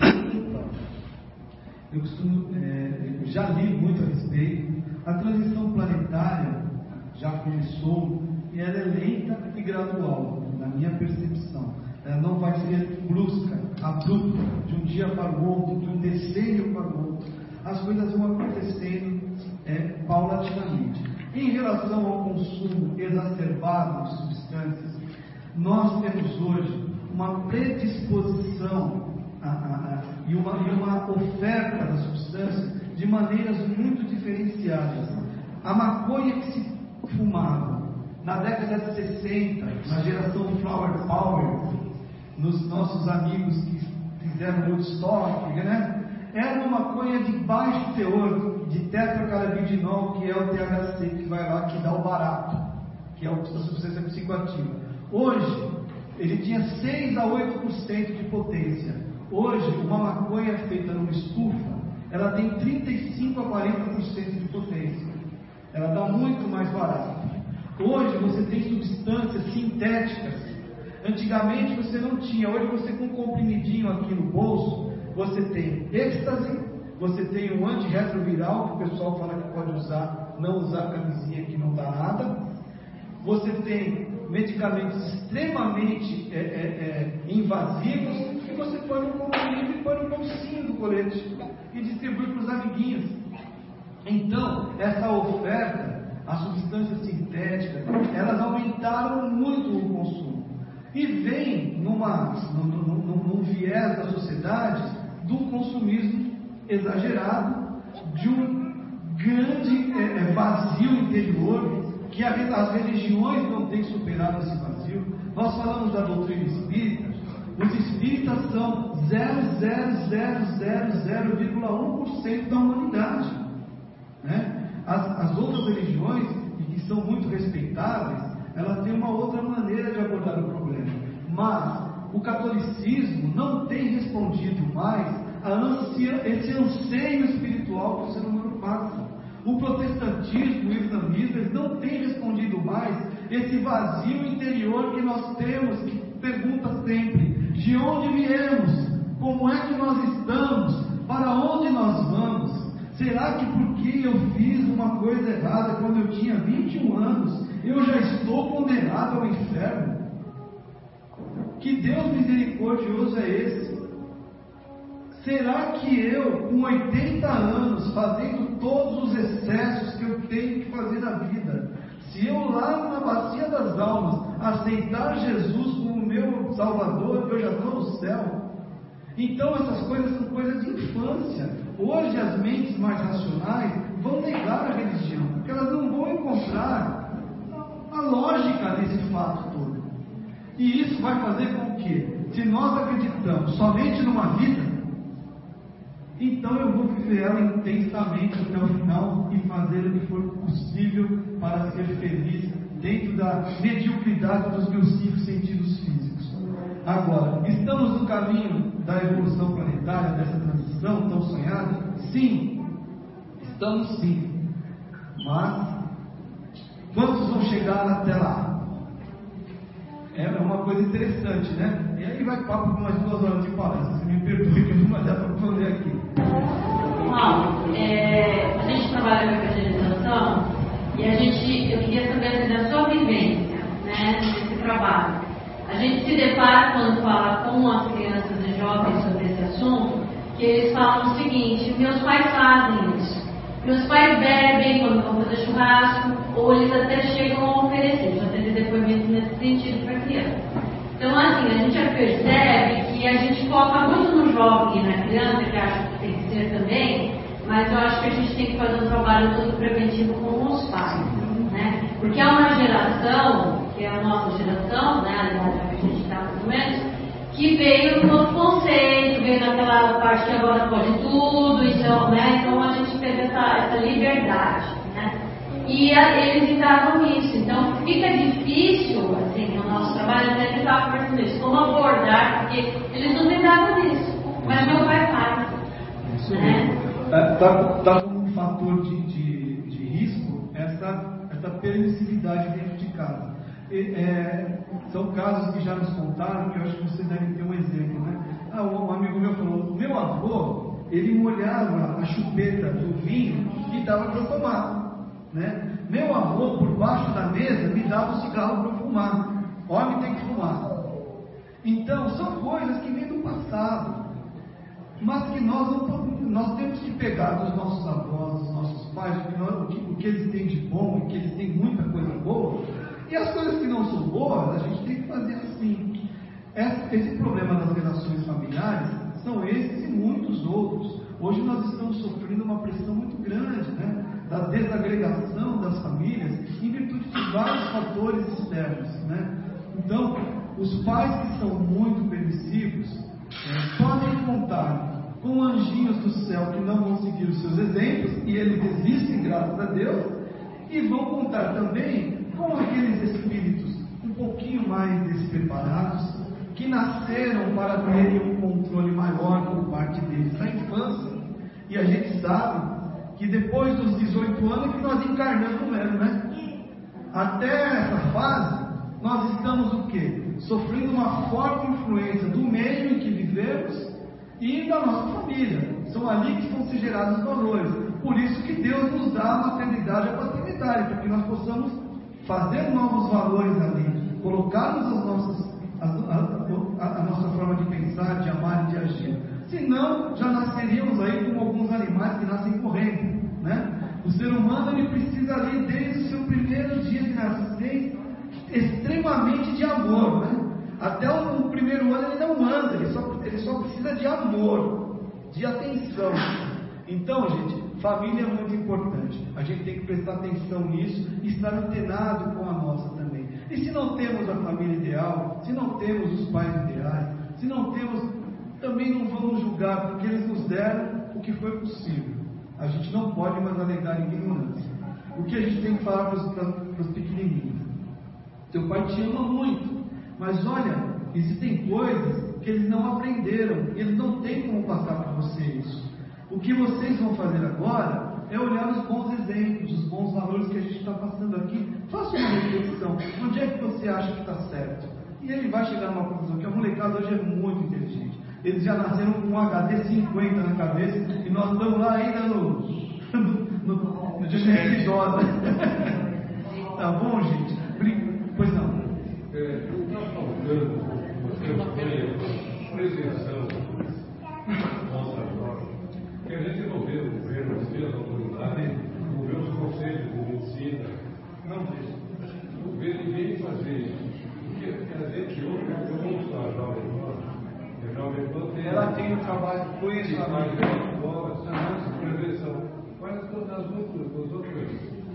Eu já li muito a respeito. A transição planetária já começou e ela é lenta e gradual, na minha percepção. Ela não vai ser brusca, abrupta, de um dia para o outro, de um decênio para o outro. As coisas vão acontecendo paulatinamente. Em relação ao consumo exacerbado de substâncias, nós temos hoje uma predisposição e uma oferta da substância de maneiras muito diferenciadas. A maconha que se fumava na década de 60, na geração Flower Power, nos nossos amigos que fizeram Woodstock, né? Era uma maconha de baixo teor de tetracannabinol, que é o THC, que vai lá, que dá o barato, que é a substância psicoativa. Hoje, ele tinha 6 a 8% de potência. Hoje, uma maconha feita numa estufa, ela tem 35 a 40% de potência. Ela dá muito mais barato. Hoje, você tem substâncias sintéticas. Antigamente, você não tinha. Hoje, você com um comprimidinho aqui no bolso, você tem êxtase, você tem um antirretroviral, que o pessoal fala que pode usar, não usar camisinha que não dá nada. Você tem medicamentos extremamente invasivos, que você põe no comprimido e põe no bolsinho do colete e distribui para os amiguinhos. Então, essa oferta, as substâncias sintéticas, elas aumentaram muito o consumo. E vem num viés da sociedade do consumismo exagerado, de um grande vazio interior, que as religiões não têm superado esse vazio. Nós falamos da doutrina espírita, os espíritas são 0,000,1% da humanidade, né? As outras religiões, que são muito respeitáveis, elas têm uma outra maneira de abordar o problema. Mas o catolicismo não tem respondido mais a esse anseio espiritual que o ser humano passa. O protestantismo e o islamismo, eles não têm respondido mais esse vazio interior que nós temos, que pergunta sempre: de onde viemos? Como é que nós estamos? Para onde nós vamos? Será que porque eu fiz uma coisa errada quando eu tinha 21 anos, eu já estou condenado ao inferno? Que Deus misericordioso é esse? Será que eu, com 80 anos, fazendo todos os excessos que eu tenho que fazer na vida, se eu lá na bacia das almas aceitar Jesus como meu Salvador, eu já estou no céu? Então essas coisas são coisas de infância. Hoje as mentes mais racionais vão negar a religião, porque elas não vão encontrar a lógica desse fato todo. E isso vai fazer com que, se nós acreditamos somente numa vida, então eu vou viver ela intensamente até o final e fazer o que for possível para ser feliz dentro da mediocridade dos meus 5 sentidos físicos. Agora, estamos no caminho da evolução planetária, dessa transição tão sonhada? Sim, estamos sim. Mas quantos vão chegar até lá? É uma coisa interessante, né? E aí vai papo com umas 2 horas de palestra. Você me perdoe que eu não vai dar para responder aqui. Paulo, a gente trabalha com evangelização e eu queria saber assim, da sua vivência, né, nesse trabalho. A gente se depara quando fala com as crianças e jovens sobre esse assunto, que eles falam o seguinte: meus pais fazem isso. Meus pais bebem quando vão fazer churrasco, ou eles até chegam a oferecer. Já teve depoimento nesse sentido para criança. Então, assim, a gente já percebe que a gente foca muito no jovem e na criança, que acho que tem que ser também, mas eu acho que a gente tem que fazer um trabalho todo preventivo com os pais, né? Porque há uma geração, que é a nossa geração, né, a idade que a gente está mais ou menos, que veio no outro conceito, veio naquela parte que agora pode tudo, então, né, então a gente teve essa liberdade, né? E eles entravam nisso, então fica difícil, assim, no nosso trabalho, até que estava conversando isso, como abordar, porque eles não lidavam nisso, mas meu pai faz. Isso né? Está como um fator de risco essa permissividade dentro de casa. São casos que já nos contaram, que eu acho que vocês devem ter um exemplo, né? Um amigo meu falou: meu avô, ele molhava a chupeta do vinho e dava para eu tomar, né? Meu avô, por baixo da mesa, me dava um cigarro para eu fumar. Homem tem que fumar. Então, são coisas que vêm do passado, mas que nós temos que pegar dos nossos avós, dos nossos pais, o que eles têm de bom, e que eles têm muita coisa boa, e as coisas que não são boas, a gente tem que fazer assim. Esse problema das relações familiares são esses e muitos outros. Hoje nós estamos sofrendo uma pressão muito grande, né, da desagregação das famílias em virtude de vários fatores externos, né? Então, os pais que são muito permissivos podem contar com anjinhos do céu que não vão seguir os seus exemplos, e eles existem, graças a Deus, e vão contar também com aqueles espíritos um pouquinho mais despreparados, que nasceram para terem um controle maior por parte deles na infância. E a gente sabe que depois dos 18 anos que nós encarnamos mesmo, né? Até essa fase, nós estamos o quê? Sofrendo uma forte influência do meio em que vivemos e da nossa família. São ali que estão se gerados os valores. Por isso que Deus nos dá a maternidade e a paternidade, para que nós possamos fazer novos valores ali, colocarmos a nossa forma de pensar, de amar e de agir. Senão, já nasceríamos aí como alguns animais que nascem correndo, né? O ser humano, ele precisa ali, desde o seu primeiro dia de nascer, extremamente de amor, né? Até o primeiro ano ele não anda, ele só precisa de amor, de atenção. Então, gente, família é muito importante. A gente tem que prestar atenção nisso e estar antenado com a nossa também. E se não temos a família ideal, se não temos os pais ideais, se não temos, também não vamos julgar, porque eles nos deram o que foi possível. A gente não pode mais alegar ignorância. O que a gente tem que falar para os pequenininhos? Teu pai te ama muito, mas olha, existem coisas que eles não aprenderam, eles não têm como passar para você isso. O que vocês vão fazer agora é olhar os bons exemplos, os bons valores que a gente está passando aqui. Faça uma reflexão, onde é que você acha que está certo? E ele vai chegar numa conclusão, que a molecada hoje é muito inteligente. Eles já nasceram com um HD 50 na cabeça, e nós estamos lá ainda no de idosa. Tá bom, gente? Pois não. Nós faltamos, você foi presenção nossa agora, que a gente não vê o governo, não vê as autoridades, não vê os conselhos de medicina, não vê ninguém fazer isso. Porque a gente hoje, eu ouço a Jovem Pan, ela tem Conheço que a faz área. prevenção. Mas nos outros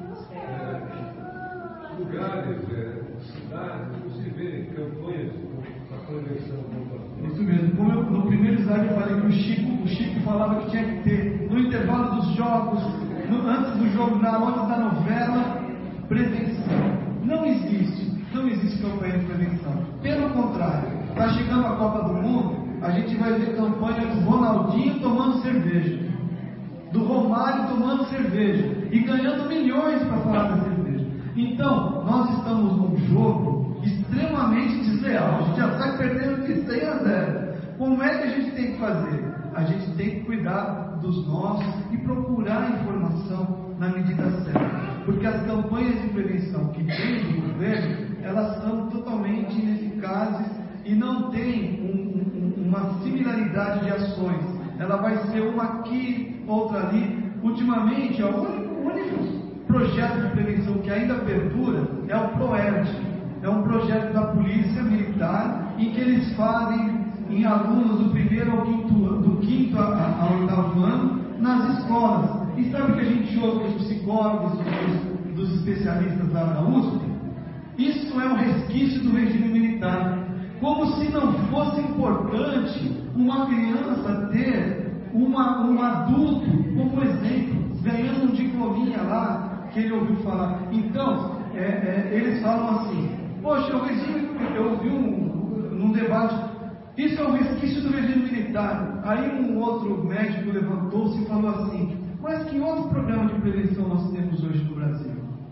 lugares, cidades, você vê campanhas para prevenção do Isso mesmo. Como no primeiro slide eu falei que o Chico falava que tinha que ter, no intervalo dos jogos, antes do jornal, antes da novela, prevenção. Não existe campanha de prevenção. Pelo contrário, está chegando a Copa do Mundo, a gente vai ver campanha do Ronaldinho tomando cerveja, do Romário tomando cerveja e ganhando milhões para falar da cerveja. Então, nós estamos num jogo extremamente desleal. A gente já sai perdendo de 100-0. Como é que a gente tem que fazer? A gente tem que cuidar dos nossos e procurar informação na medida certa. Porque as campanhas de prevenção que vêm do governo, elas são totalmente ineficazes e não têm uma similaridade de ações. Ela vai ser uma aqui, outra ali. Ultimamente, o único projeto de prevenção que ainda perdura é o PROERD. É um projeto da Polícia Militar em que eles fazem em alunos do primeiro ao quinto ao oitavo ano nas escolas. E sabe o que a gente ouve dos psicólogos, dos especialistas da USP? Isso é um resquício do regime militar. Como se não fosse importante uma criança ter um adulto como exemplo, ganhando um diplominha lá, que ele ouviu falar. Então, eles falam assim: poxa, o regime, eu ouvi num debate, isso é um resquício do regime militar. Aí um outro médico levantou-se e falou assim: mas que outro programa de prevenção nós temos hoje no Brasil?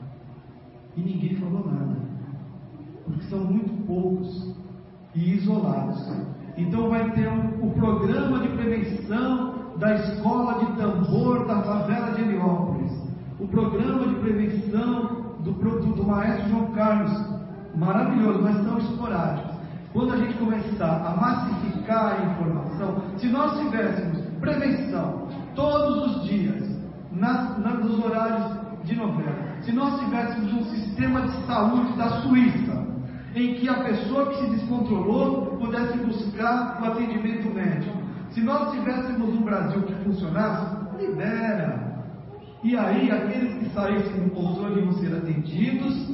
E ninguém falou nada, porque são muito poucos e isolados. Então vai ter o programa de prevenção da escola de tambor da favela de Heliópolis, o programa de prevenção do maestro João Carlos, maravilhoso, mas são esporádicos. Quando a gente começar a massificar a informação, se nós tivéssemos prevenção todos os dias, nos horários de novela, se nós tivéssemos um sistema de saúde da Suíça, em que a pessoa que se descontrolou pudesse buscar o atendimento médico, se nós tivéssemos um Brasil que funcionasse, libera. E aí, aqueles que saíssem do controle iam ser atendidos,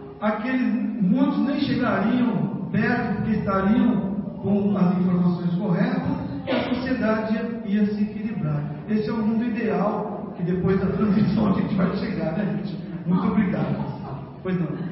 muitos nem chegariam perto, porque estariam com as informações corretas, e a sociedade ia se equilibrar. Esse é o mundo ideal, que depois da transição a gente vai chegar, né, gente? Muito obrigado. Pois não.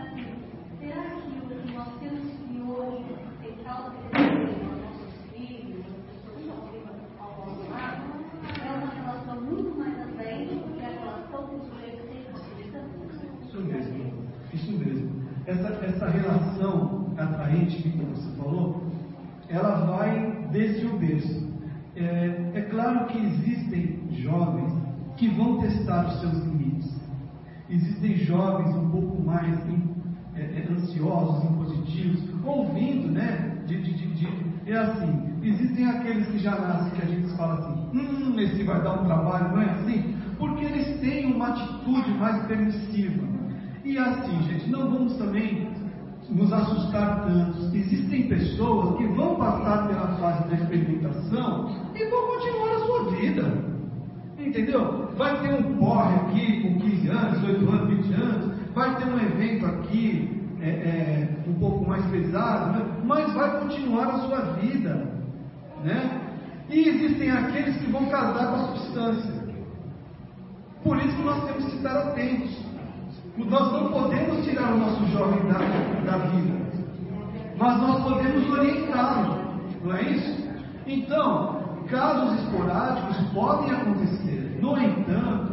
Isso mesmo. Essa relação atraente que você falou, ela vai desde o berço. É claro que existem jovens que vão testar os seus limites. Existem jovens um pouco mais ansiosos, impositivos, ouvindo, né? É assim, existem aqueles que já nascem, que a gente fala assim, esse vai dar um trabalho, não é assim? Porque eles têm uma atitude mais permissiva. E assim, gente, não vamos também nos assustar tanto. Existem pessoas que vão passar pela fase da experimentação e vão continuar a sua vida. Entendeu? Vai ter um porre aqui com 15 anos, 18 anos, 20 anos, vai ter um evento aqui um pouco mais pesado, né? Mas vai continuar a sua vida, né? E existem aqueles que vão casar com a substância. Por isso que nós temos que estar atentos. Nós não podemos tirar o nosso jovem da vida, mas nós podemos orientá-lo, não é isso? Então, casos esporádicos podem acontecer. No entanto,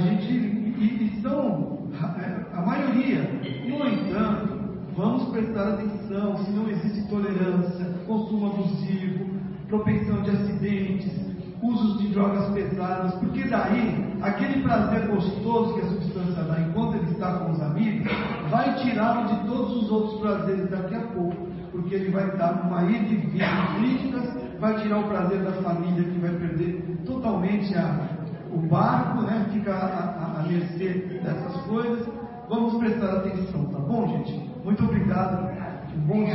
e são a maioria. No entanto, vamos prestar atenção se não existe tolerância, consumo abusivo, propensão de acidentes, usos de drogas pesadas, porque daí, aquele prazer gostoso que a substância dá enquanto ele está com os amigos, vai tirá-lo de todos os outros prazeres daqui a pouco, porque ele vai estar numa ida e vinda de críticas, vai tirar o prazer da família, que vai perder totalmente o barco, né? Fica à mercê dessas coisas. Vamos prestar atenção, tá bom, gente? Muito obrigado, um bom dia.